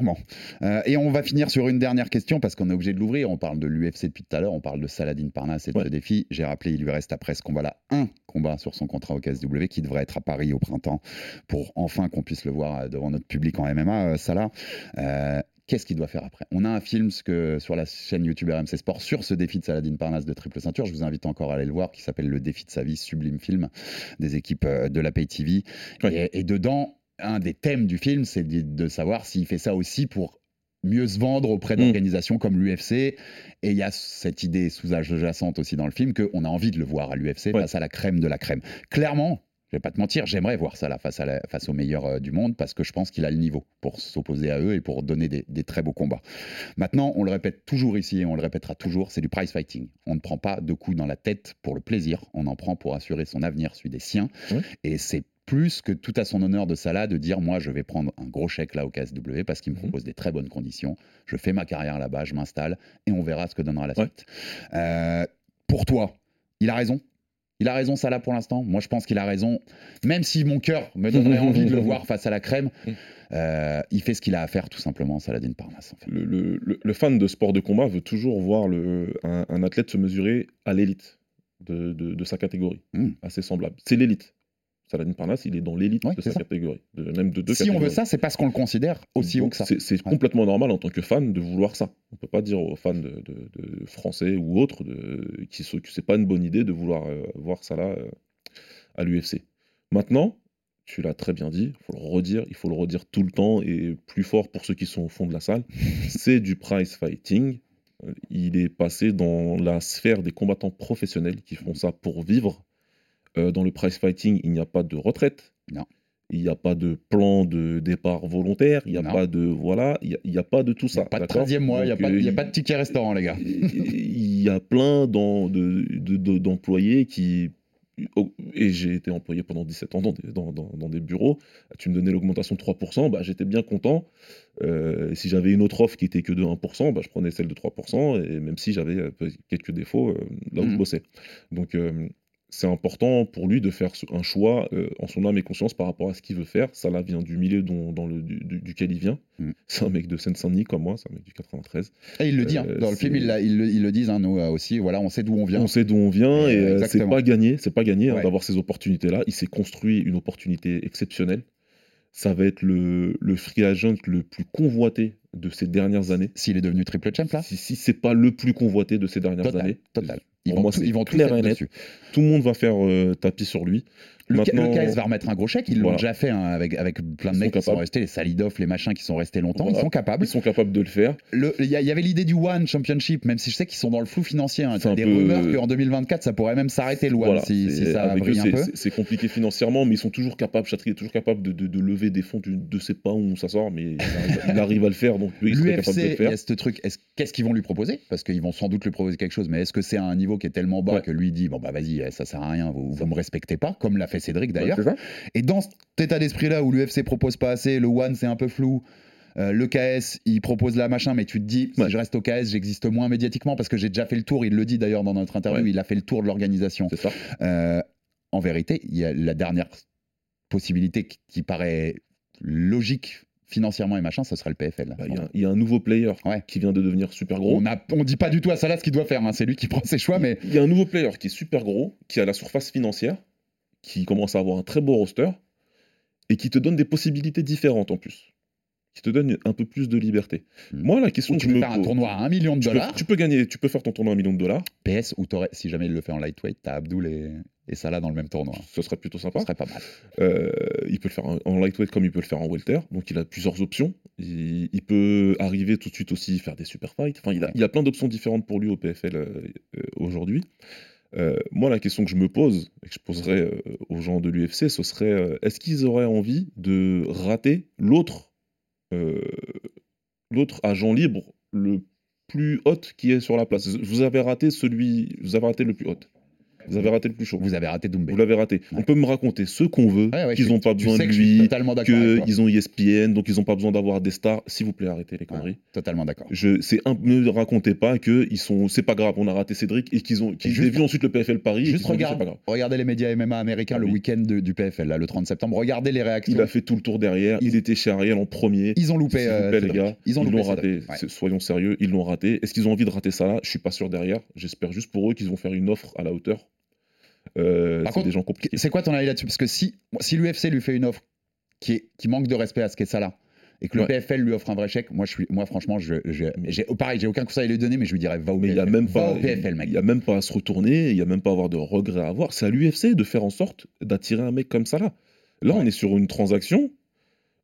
Et on va finir sur une dernière question parce qu'on est obligé de l'ouvrir. On parle de l'UFC depuis tout à l'heure, on parle de Saladin Parnasse et de ce défi. J'ai rappelé, il lui reste après ce combat-là un combat sur son contrat au KSW qui devrait être à Paris au printemps pour enfin qu'on puisse le voir devant notre public en MMA, Salah. Qu'est-ce qu'il doit faire après? On a un film sur la chaîne YouTube RMC Sport sur ce défi de Saladin Parnasse de triple ceinture. Je vous invite encore à aller le voir, qui s'appelle Le défi de sa vie, sublime film des équipes de la Pay TV. Et dedans, un des thèmes du film, c'est de savoir s'il fait ça aussi pour mieux se vendre auprès d'organisations comme l'UFC. Et il y a cette idée sous-jacente aussi dans le film qu'on a envie de le voir à l'UFC face à la crème de la crème. Clairement, vais pas te mentir, j'aimerais voir ça là face aux meilleurs du monde parce que je pense qu'il a le niveau pour s'opposer à eux et pour donner des très beaux combats. Maintenant, on le répète toujours ici et on le répétera toujours, c'est du prize fighting. On ne prend pas de coups dans la tête pour le plaisir, on en prend pour assurer son avenir, celui des siens. Et c'est plus que tout à son honneur de Salah de dire moi je vais prendre un gros chèque là au KSW parce qu'il me propose des très bonnes conditions, je fais ma carrière là-bas, je m'installe et on verra ce que donnera la suite. Pour toi, il a raison? Il a raison, Salah, pour l'instant. Moi, je pense qu'il a raison. Même si mon cœur me donnerait envie de le voir face à la crème, il fait ce qu'il a à faire, tout simplement, Saladin Parnasse. En fait. Le fan de sport de combat veut toujours voir un athlète se mesurer à l'élite de sa catégorie. Assez semblable. C'est l'élite. Saladin Parnasse, il est dans l'élite de sa catégorie. Même de deux si catégories. on veut ça, c'est parce qu'on le considère aussi haut que ça. C'est complètement normal en tant que fan de vouloir ça. On ne peut pas dire aux fans de français ou autres que c'est pas une bonne idée de vouloir voir ça là à l'UFC. Maintenant, tu l'as très bien dit, il faut le redire tout le temps et plus fort pour ceux qui sont au fond de la salle, c'est du prize fighting. Il est passé dans la sphère des combattants professionnels qui font ça pour vivre. Dans le prize fighting, il n'y a pas de retraite. Non. Il n'y a pas de plan de départ volontaire. Il n'y a pas de il n'y a pas de tout ça. Il n'y a pas de 13e mois. Il n'y a pas de ticket restaurant, les gars. Il y a plein d'employés qui. Et j'ai été employé pendant 17 ans dans des bureaux. Tu me donnais l'augmentation de 3%, bah, j'étais bien content. Si j'avais une autre offre qui était que de 1%, bah, je prenais celle de 3%, et même si j'avais quelques défauts là où je bossais. Donc c'est important pour lui de faire un choix en son âme et conscience par rapport à ce qu'il veut faire. Salah vient du milieu duquel il vient. C'est un mec de Seine-Saint-Denis comme moi, c'est un mec du 93. Et il le dit, dans le film, ils le disent, nous aussi, voilà, on sait d'où on vient. On sait d'où on vient et c'est pas gagné d'avoir ces opportunités-là. Il s'est construit une opportunité exceptionnelle. Ça va être le free agent le plus convoité de ces dernières années. S'il est devenu triple champ, là Si c'est pas le plus convoité de ces dernières années. Total. Ils vont tout clair et net. Tout le monde va faire tapis sur lui. Maintenant, le KS va remettre un gros chèque, ils l'ont déjà fait avec plein de mecs qui sont restés, les Salidov, les machins qui sont restés longtemps, ils sont capables. Ils sont capables de le faire. Il y avait l'idée du One Championship, même si je sais qu'ils sont dans le flou financier. Il y a des rumeurs qu'en 2024, ça pourrait même s'arrêter le One si ça brille un peu. C'est compliqué financièrement, mais ils sont toujours capables, Chatrier est toujours capable de lever des fonds, tu ne sais pas où ça sort, mais il arrive à le faire, donc il serait capable de le faire. Il y a ce truc, qu'est-ce qu'ils vont lui proposer? Parce qu'ils vont sans doute lui proposer quelque chose, mais est-ce que c'est à un niveau qui est tellement bas que lui dit, bon bah vas-y, ça sert à rien, vous me respectez pas, comme l'a fait Cédric d'ailleurs. Et dans cet état d'esprit-là où l'UFC propose pas assez, le One c'est un peu flou, le KS il propose la machin, mais tu te dis, si je reste au KS, j'existe moins médiatiquement parce que j'ai déjà fait le tour, il le dit d'ailleurs dans notre interview, il a fait le tour de l'organisation. C'est ça. En vérité, il y a la dernière possibilité qui paraît logique financièrement et machin, ce serait le PFL. Il y a un nouveau player qui vient de devenir super gros. On dit pas du tout à Salah ce qu'il doit faire, c'est lui qui prend ses choix. Mais il y a un nouveau player qui est super gros, qui a la surface financière, qui commence à avoir un très beau roster et qui te donne des possibilités différentes en plus, qui te donne un peu plus de liberté. Moi, la question que je me pose, tu peux faire un tournoi à $1 million. Tu peux faire ton tournoi à $1 million. PS, ou si jamais il le fait en lightweight, t'as Abdul et Salah dans le même tournoi. Ce serait plutôt sympa. Ce serait pas mal. Il peut le faire en lightweight comme il peut le faire en welter, donc il a plusieurs options. Il peut arriver tout de suite aussi faire des super fights. Enfin, il a plein d'options différentes pour lui au PFL aujourd'hui. Moi, la question que je me pose, et que je poserais aux gens de l'UFC, ce serait est-ce qu'ils auraient envie de rater l'autre agent libre le plus haut qui est sur la place? Vous avez raté le plus haut. Vous avez raté le plus chaud. Vous avez raté Doumbé. Vous l'avez raté. On peut me raconter ce qu'on veut, qu'ils n'ont pas besoin de lui, qu'ils ont ESPN, donc ils n'ont pas besoin d'avoir des stars. S'il vous plaît, arrêtez les conneries. Totalement d'accord. Ne racontez pas que c'est pas grave, on a raté Cédric et qu'ils aient vu ensuite le PFL Paris. Juste regardez les médias MMA américains le week-end du PFL, là, le 30 septembre. Regardez les réactions. Il a fait tout le tour derrière. Il était chez Ariel en premier. Ils ont loupé. S'il vous plaît, les gars. Ils l'ont raté. Soyons sérieux, ils l'ont raté. Est-ce qu'ils ont envie de rater ça là? Je suis pas sûr derrière. J'espère juste pour eux qu'ils vont faire une offre à la hauteur. Par contre, des gens compliqués. C'est quoi ton avis là-dessus? Parce que si l'UFC lui fait une offre qui manque de respect à ce qu'est ça là, et que le PFL lui offre un vrai chèque, moi franchement, pareil, j'ai aucun conseil à lui donner, mais je lui dirais va au PFL. Il n'y a même pas à se retourner, il n'y a même pas à avoir de regrets à avoir. C'est à l'UFC de faire en sorte d'attirer un mec comme ça là. Là, on est sur une transaction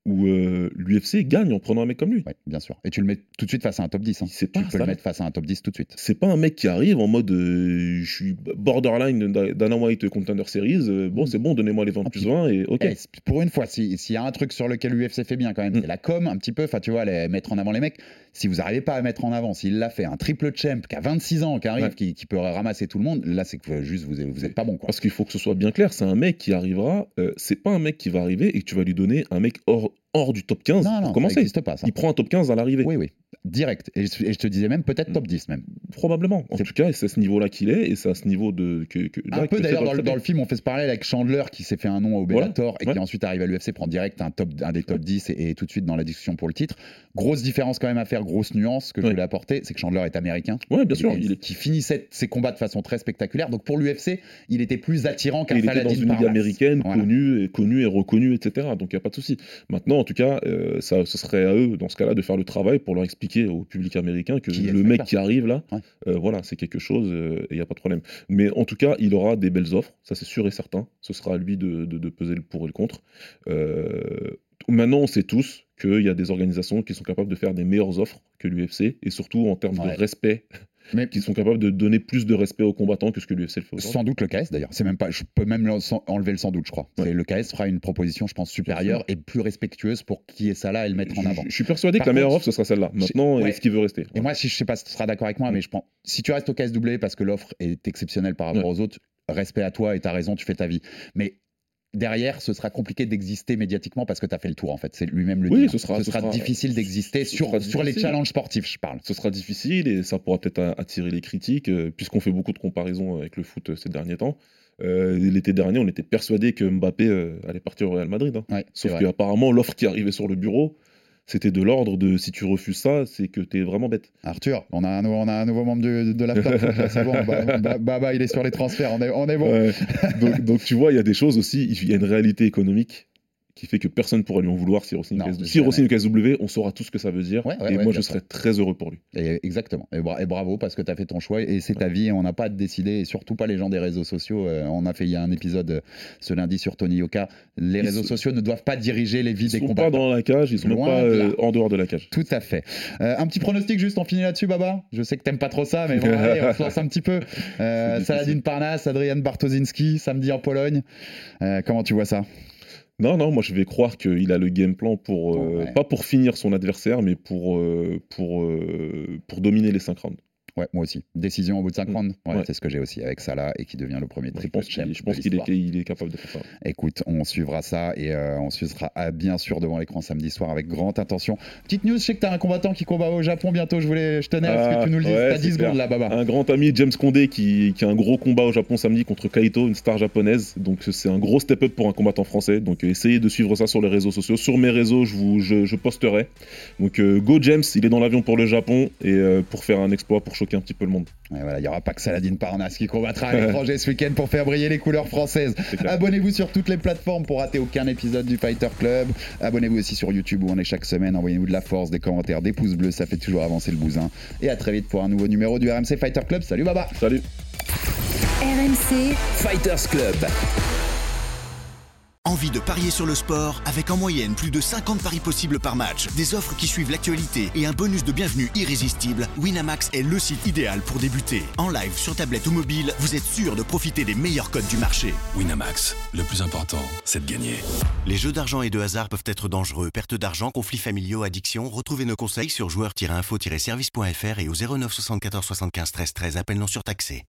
où l'UFC gagne en prenant un mec comme lui. Ouais, bien sûr. Et tu le mets tout de suite face à un top 10. Hein. Tu peux le mettre face à un top 10 tout de suite. C'est pas un mec qui arrive en mode je suis borderline Dana White Contender Series. Bon, c'est bon, donnez-moi les 20 plus 20 et ok. Pour une fois, s'il y a un truc sur lequel l'UFC fait bien quand même, c'est la com un petit peu. Enfin, tu vois, mettre en avant les mecs. Si vous n'arrivez pas à mettre en avant, s'il l'a fait, un triple champ qui a 26 ans, qui arrive, qui peut ramasser tout le monde, là, c'est que juste vous êtes pas bon. Quoi. Parce qu'il faut que ce soit bien clair, c'est un mec qui arrivera, c'est pas un mec qui va arriver et que tu vas lui donner un mec hors du top 15 pour commencer. Ça n'existe pas, ça. Il prend un top 15 à l'arrivée. Oui, direct. Et je te disais même peut-être top 10 même. Probablement. En tout cas, c'est à ce niveau-là qu'il est et c'est à ce niveau un peu d'ailleurs dans le film, on fait ce parallèle avec Chandler qui s'est fait un nom au Bellator et qui ensuite arrive à l'UFC, prend direct un des top 10 et tout de suite dans la discussion pour le titre. Grosse différence quand même à faire, grosse nuance que je voulais apporter, c'est que Chandler est américain. Ouais, bien sûr. Qui finissait ses combats de façon très spectaculaire. Donc pour l'UFC, il était plus attirant qu'un Saladin Parnasse. Il était dans une ligue américaine, connue et reconnue, etc. Donc il n'y a pas de souci. Maintenant, en tout cas, ce serait à eux, dans ce cas-là, de faire le travail pour leur expliquer au public américain que le mec qui arrive là, voilà, c'est quelque chose et il n'y a pas de problème. Mais en tout cas, il aura des belles offres, ça c'est sûr et certain. Ce sera à lui de peser le pour et le contre. Maintenant, on sait tous qu'il y a des organisations qui sont capables de faire des meilleures offres que l'UFC et surtout en termes de respect. Mais qui sont capables de donner plus de respect aux combattants que ce que l'UFC le fait aujourd'hui. Sans doute le KS d'ailleurs. C'est même pas, je peux même enlever le sans doute, je crois. Le KS fera une proposition, je pense, supérieure et plus respectueuse pour qui est ça là et le mettre en avant. Je suis persuadé que la meilleure offre ce sera celle-là. Maintenant, est-ce qu'il veut rester ? Et moi, je sais pas si tu seras d'accord avec moi, mais je pense si tu restes au KSW parce que l'offre est exceptionnelle par rapport aux autres, respect à toi et t'as raison, tu fais ta vie. Mais derrière, ce sera compliqué d'exister médiatiquement parce que tu as fait le tour en fait. C'est lui-même le dit. Ce sera difficile d'exister sur les challenges sportifs, je parle. Ce sera difficile et ça pourra peut-être attirer les critiques puisqu'on fait beaucoup de comparaisons avec le foot ces derniers temps. L'été dernier, on était persuadé que Mbappé allait partir au Real Madrid. Sauf qu'apparemment, l'offre qui arrivait sur le bureau, c'était de l'ordre de si tu refuses ça, c'est que t'es vraiment bête. Arthur, on a un nouveau membre de l'Afterfoot, c'est bon, Baba il est sur les transferts, on est bon. Donc tu vois, il y a des choses aussi, il y a une réalité économique qui fait que personne ne pourra lui en vouloir s'il re-signe le KSW, on saura tout ce que ça veut dire et moi je serais très heureux pour lui. Exactement, et bravo parce que tu as fait ton choix et c'est ta vie et on n'a pas à te décider et surtout pas les gens des réseaux sociaux. Il y a un épisode ce lundi sur Tony Yoka, les réseaux sociaux ne doivent pas diriger les vies des combattants. Ils sont pas dans la cage, ils sont même pas en dehors de la cage. Tout à fait. Un petit pronostic juste, on finit là-dessus Baba, je sais que t'aimes pas trop ça mais bon, allez, on se lance un petit peu. Saladin Parnasse, Adrian Bartoszynski samedi en Pologne, comment tu vois ça ? Non, moi je vais croire qu'il a le game plan pour pas pour finir son adversaire, mais pour dominer les 5 rounds. Ouais, moi aussi. Décision au bout de 5 rounds. C'est ce que j'ai aussi avec Salah et qui devient le premier triple champ. Je pense qu'il est capable de faire ça. Écoute, on suivra ça et on suivra bien sûr devant l'écran samedi soir avec grande attention. Petite news, je sais que tu as un combattant qui combat au Japon bientôt. Je tenais à ce que tu nous le dises. T'as 10 secondes là, Baba. Un grand ami, James Condé, qui a un gros combat au Japon samedi contre Kaito, une star japonaise. Donc c'est un gros step-up pour un combattant français. Donc essayez de suivre ça sur les réseaux sociaux. Sur mes réseaux, je posterai. Donc go James, il est dans l'avion pour le Japon et pour faire un exploit, pour choquer un petit peu le monde. Et voilà, il n'y aura pas que Saladin Parnasse qui combattra à l'étranger ce week-end pour faire briller les couleurs françaises. Abonnez-vous sur toutes les plateformes pour rater aucun épisode du Fighter Club. Abonnez-vous aussi sur YouTube où on est chaque semaine. Envoyez-nous de la force, des commentaires, des pouces bleus, ça fait toujours avancer le bousin. Et à très vite pour un nouveau numéro du RMC Fighter Club. Salut Baba. Salut. RMC Fighters Club. Envie de parier sur le sport avec en moyenne plus de 50 paris possibles par match, des offres qui suivent l'actualité et un bonus de bienvenue irrésistible, Winamax est le site idéal pour débuter. En live, sur tablette ou mobile, vous êtes sûr de profiter des meilleurs codes du marché. Winamax, le plus important, c'est de gagner. Les jeux d'argent et de hasard peuvent être dangereux. Perte d'argent, conflits familiaux, addiction. Retrouvez nos conseils sur joueurs-info-service.fr et au 09 74 75 13 13. Appel non surtaxé.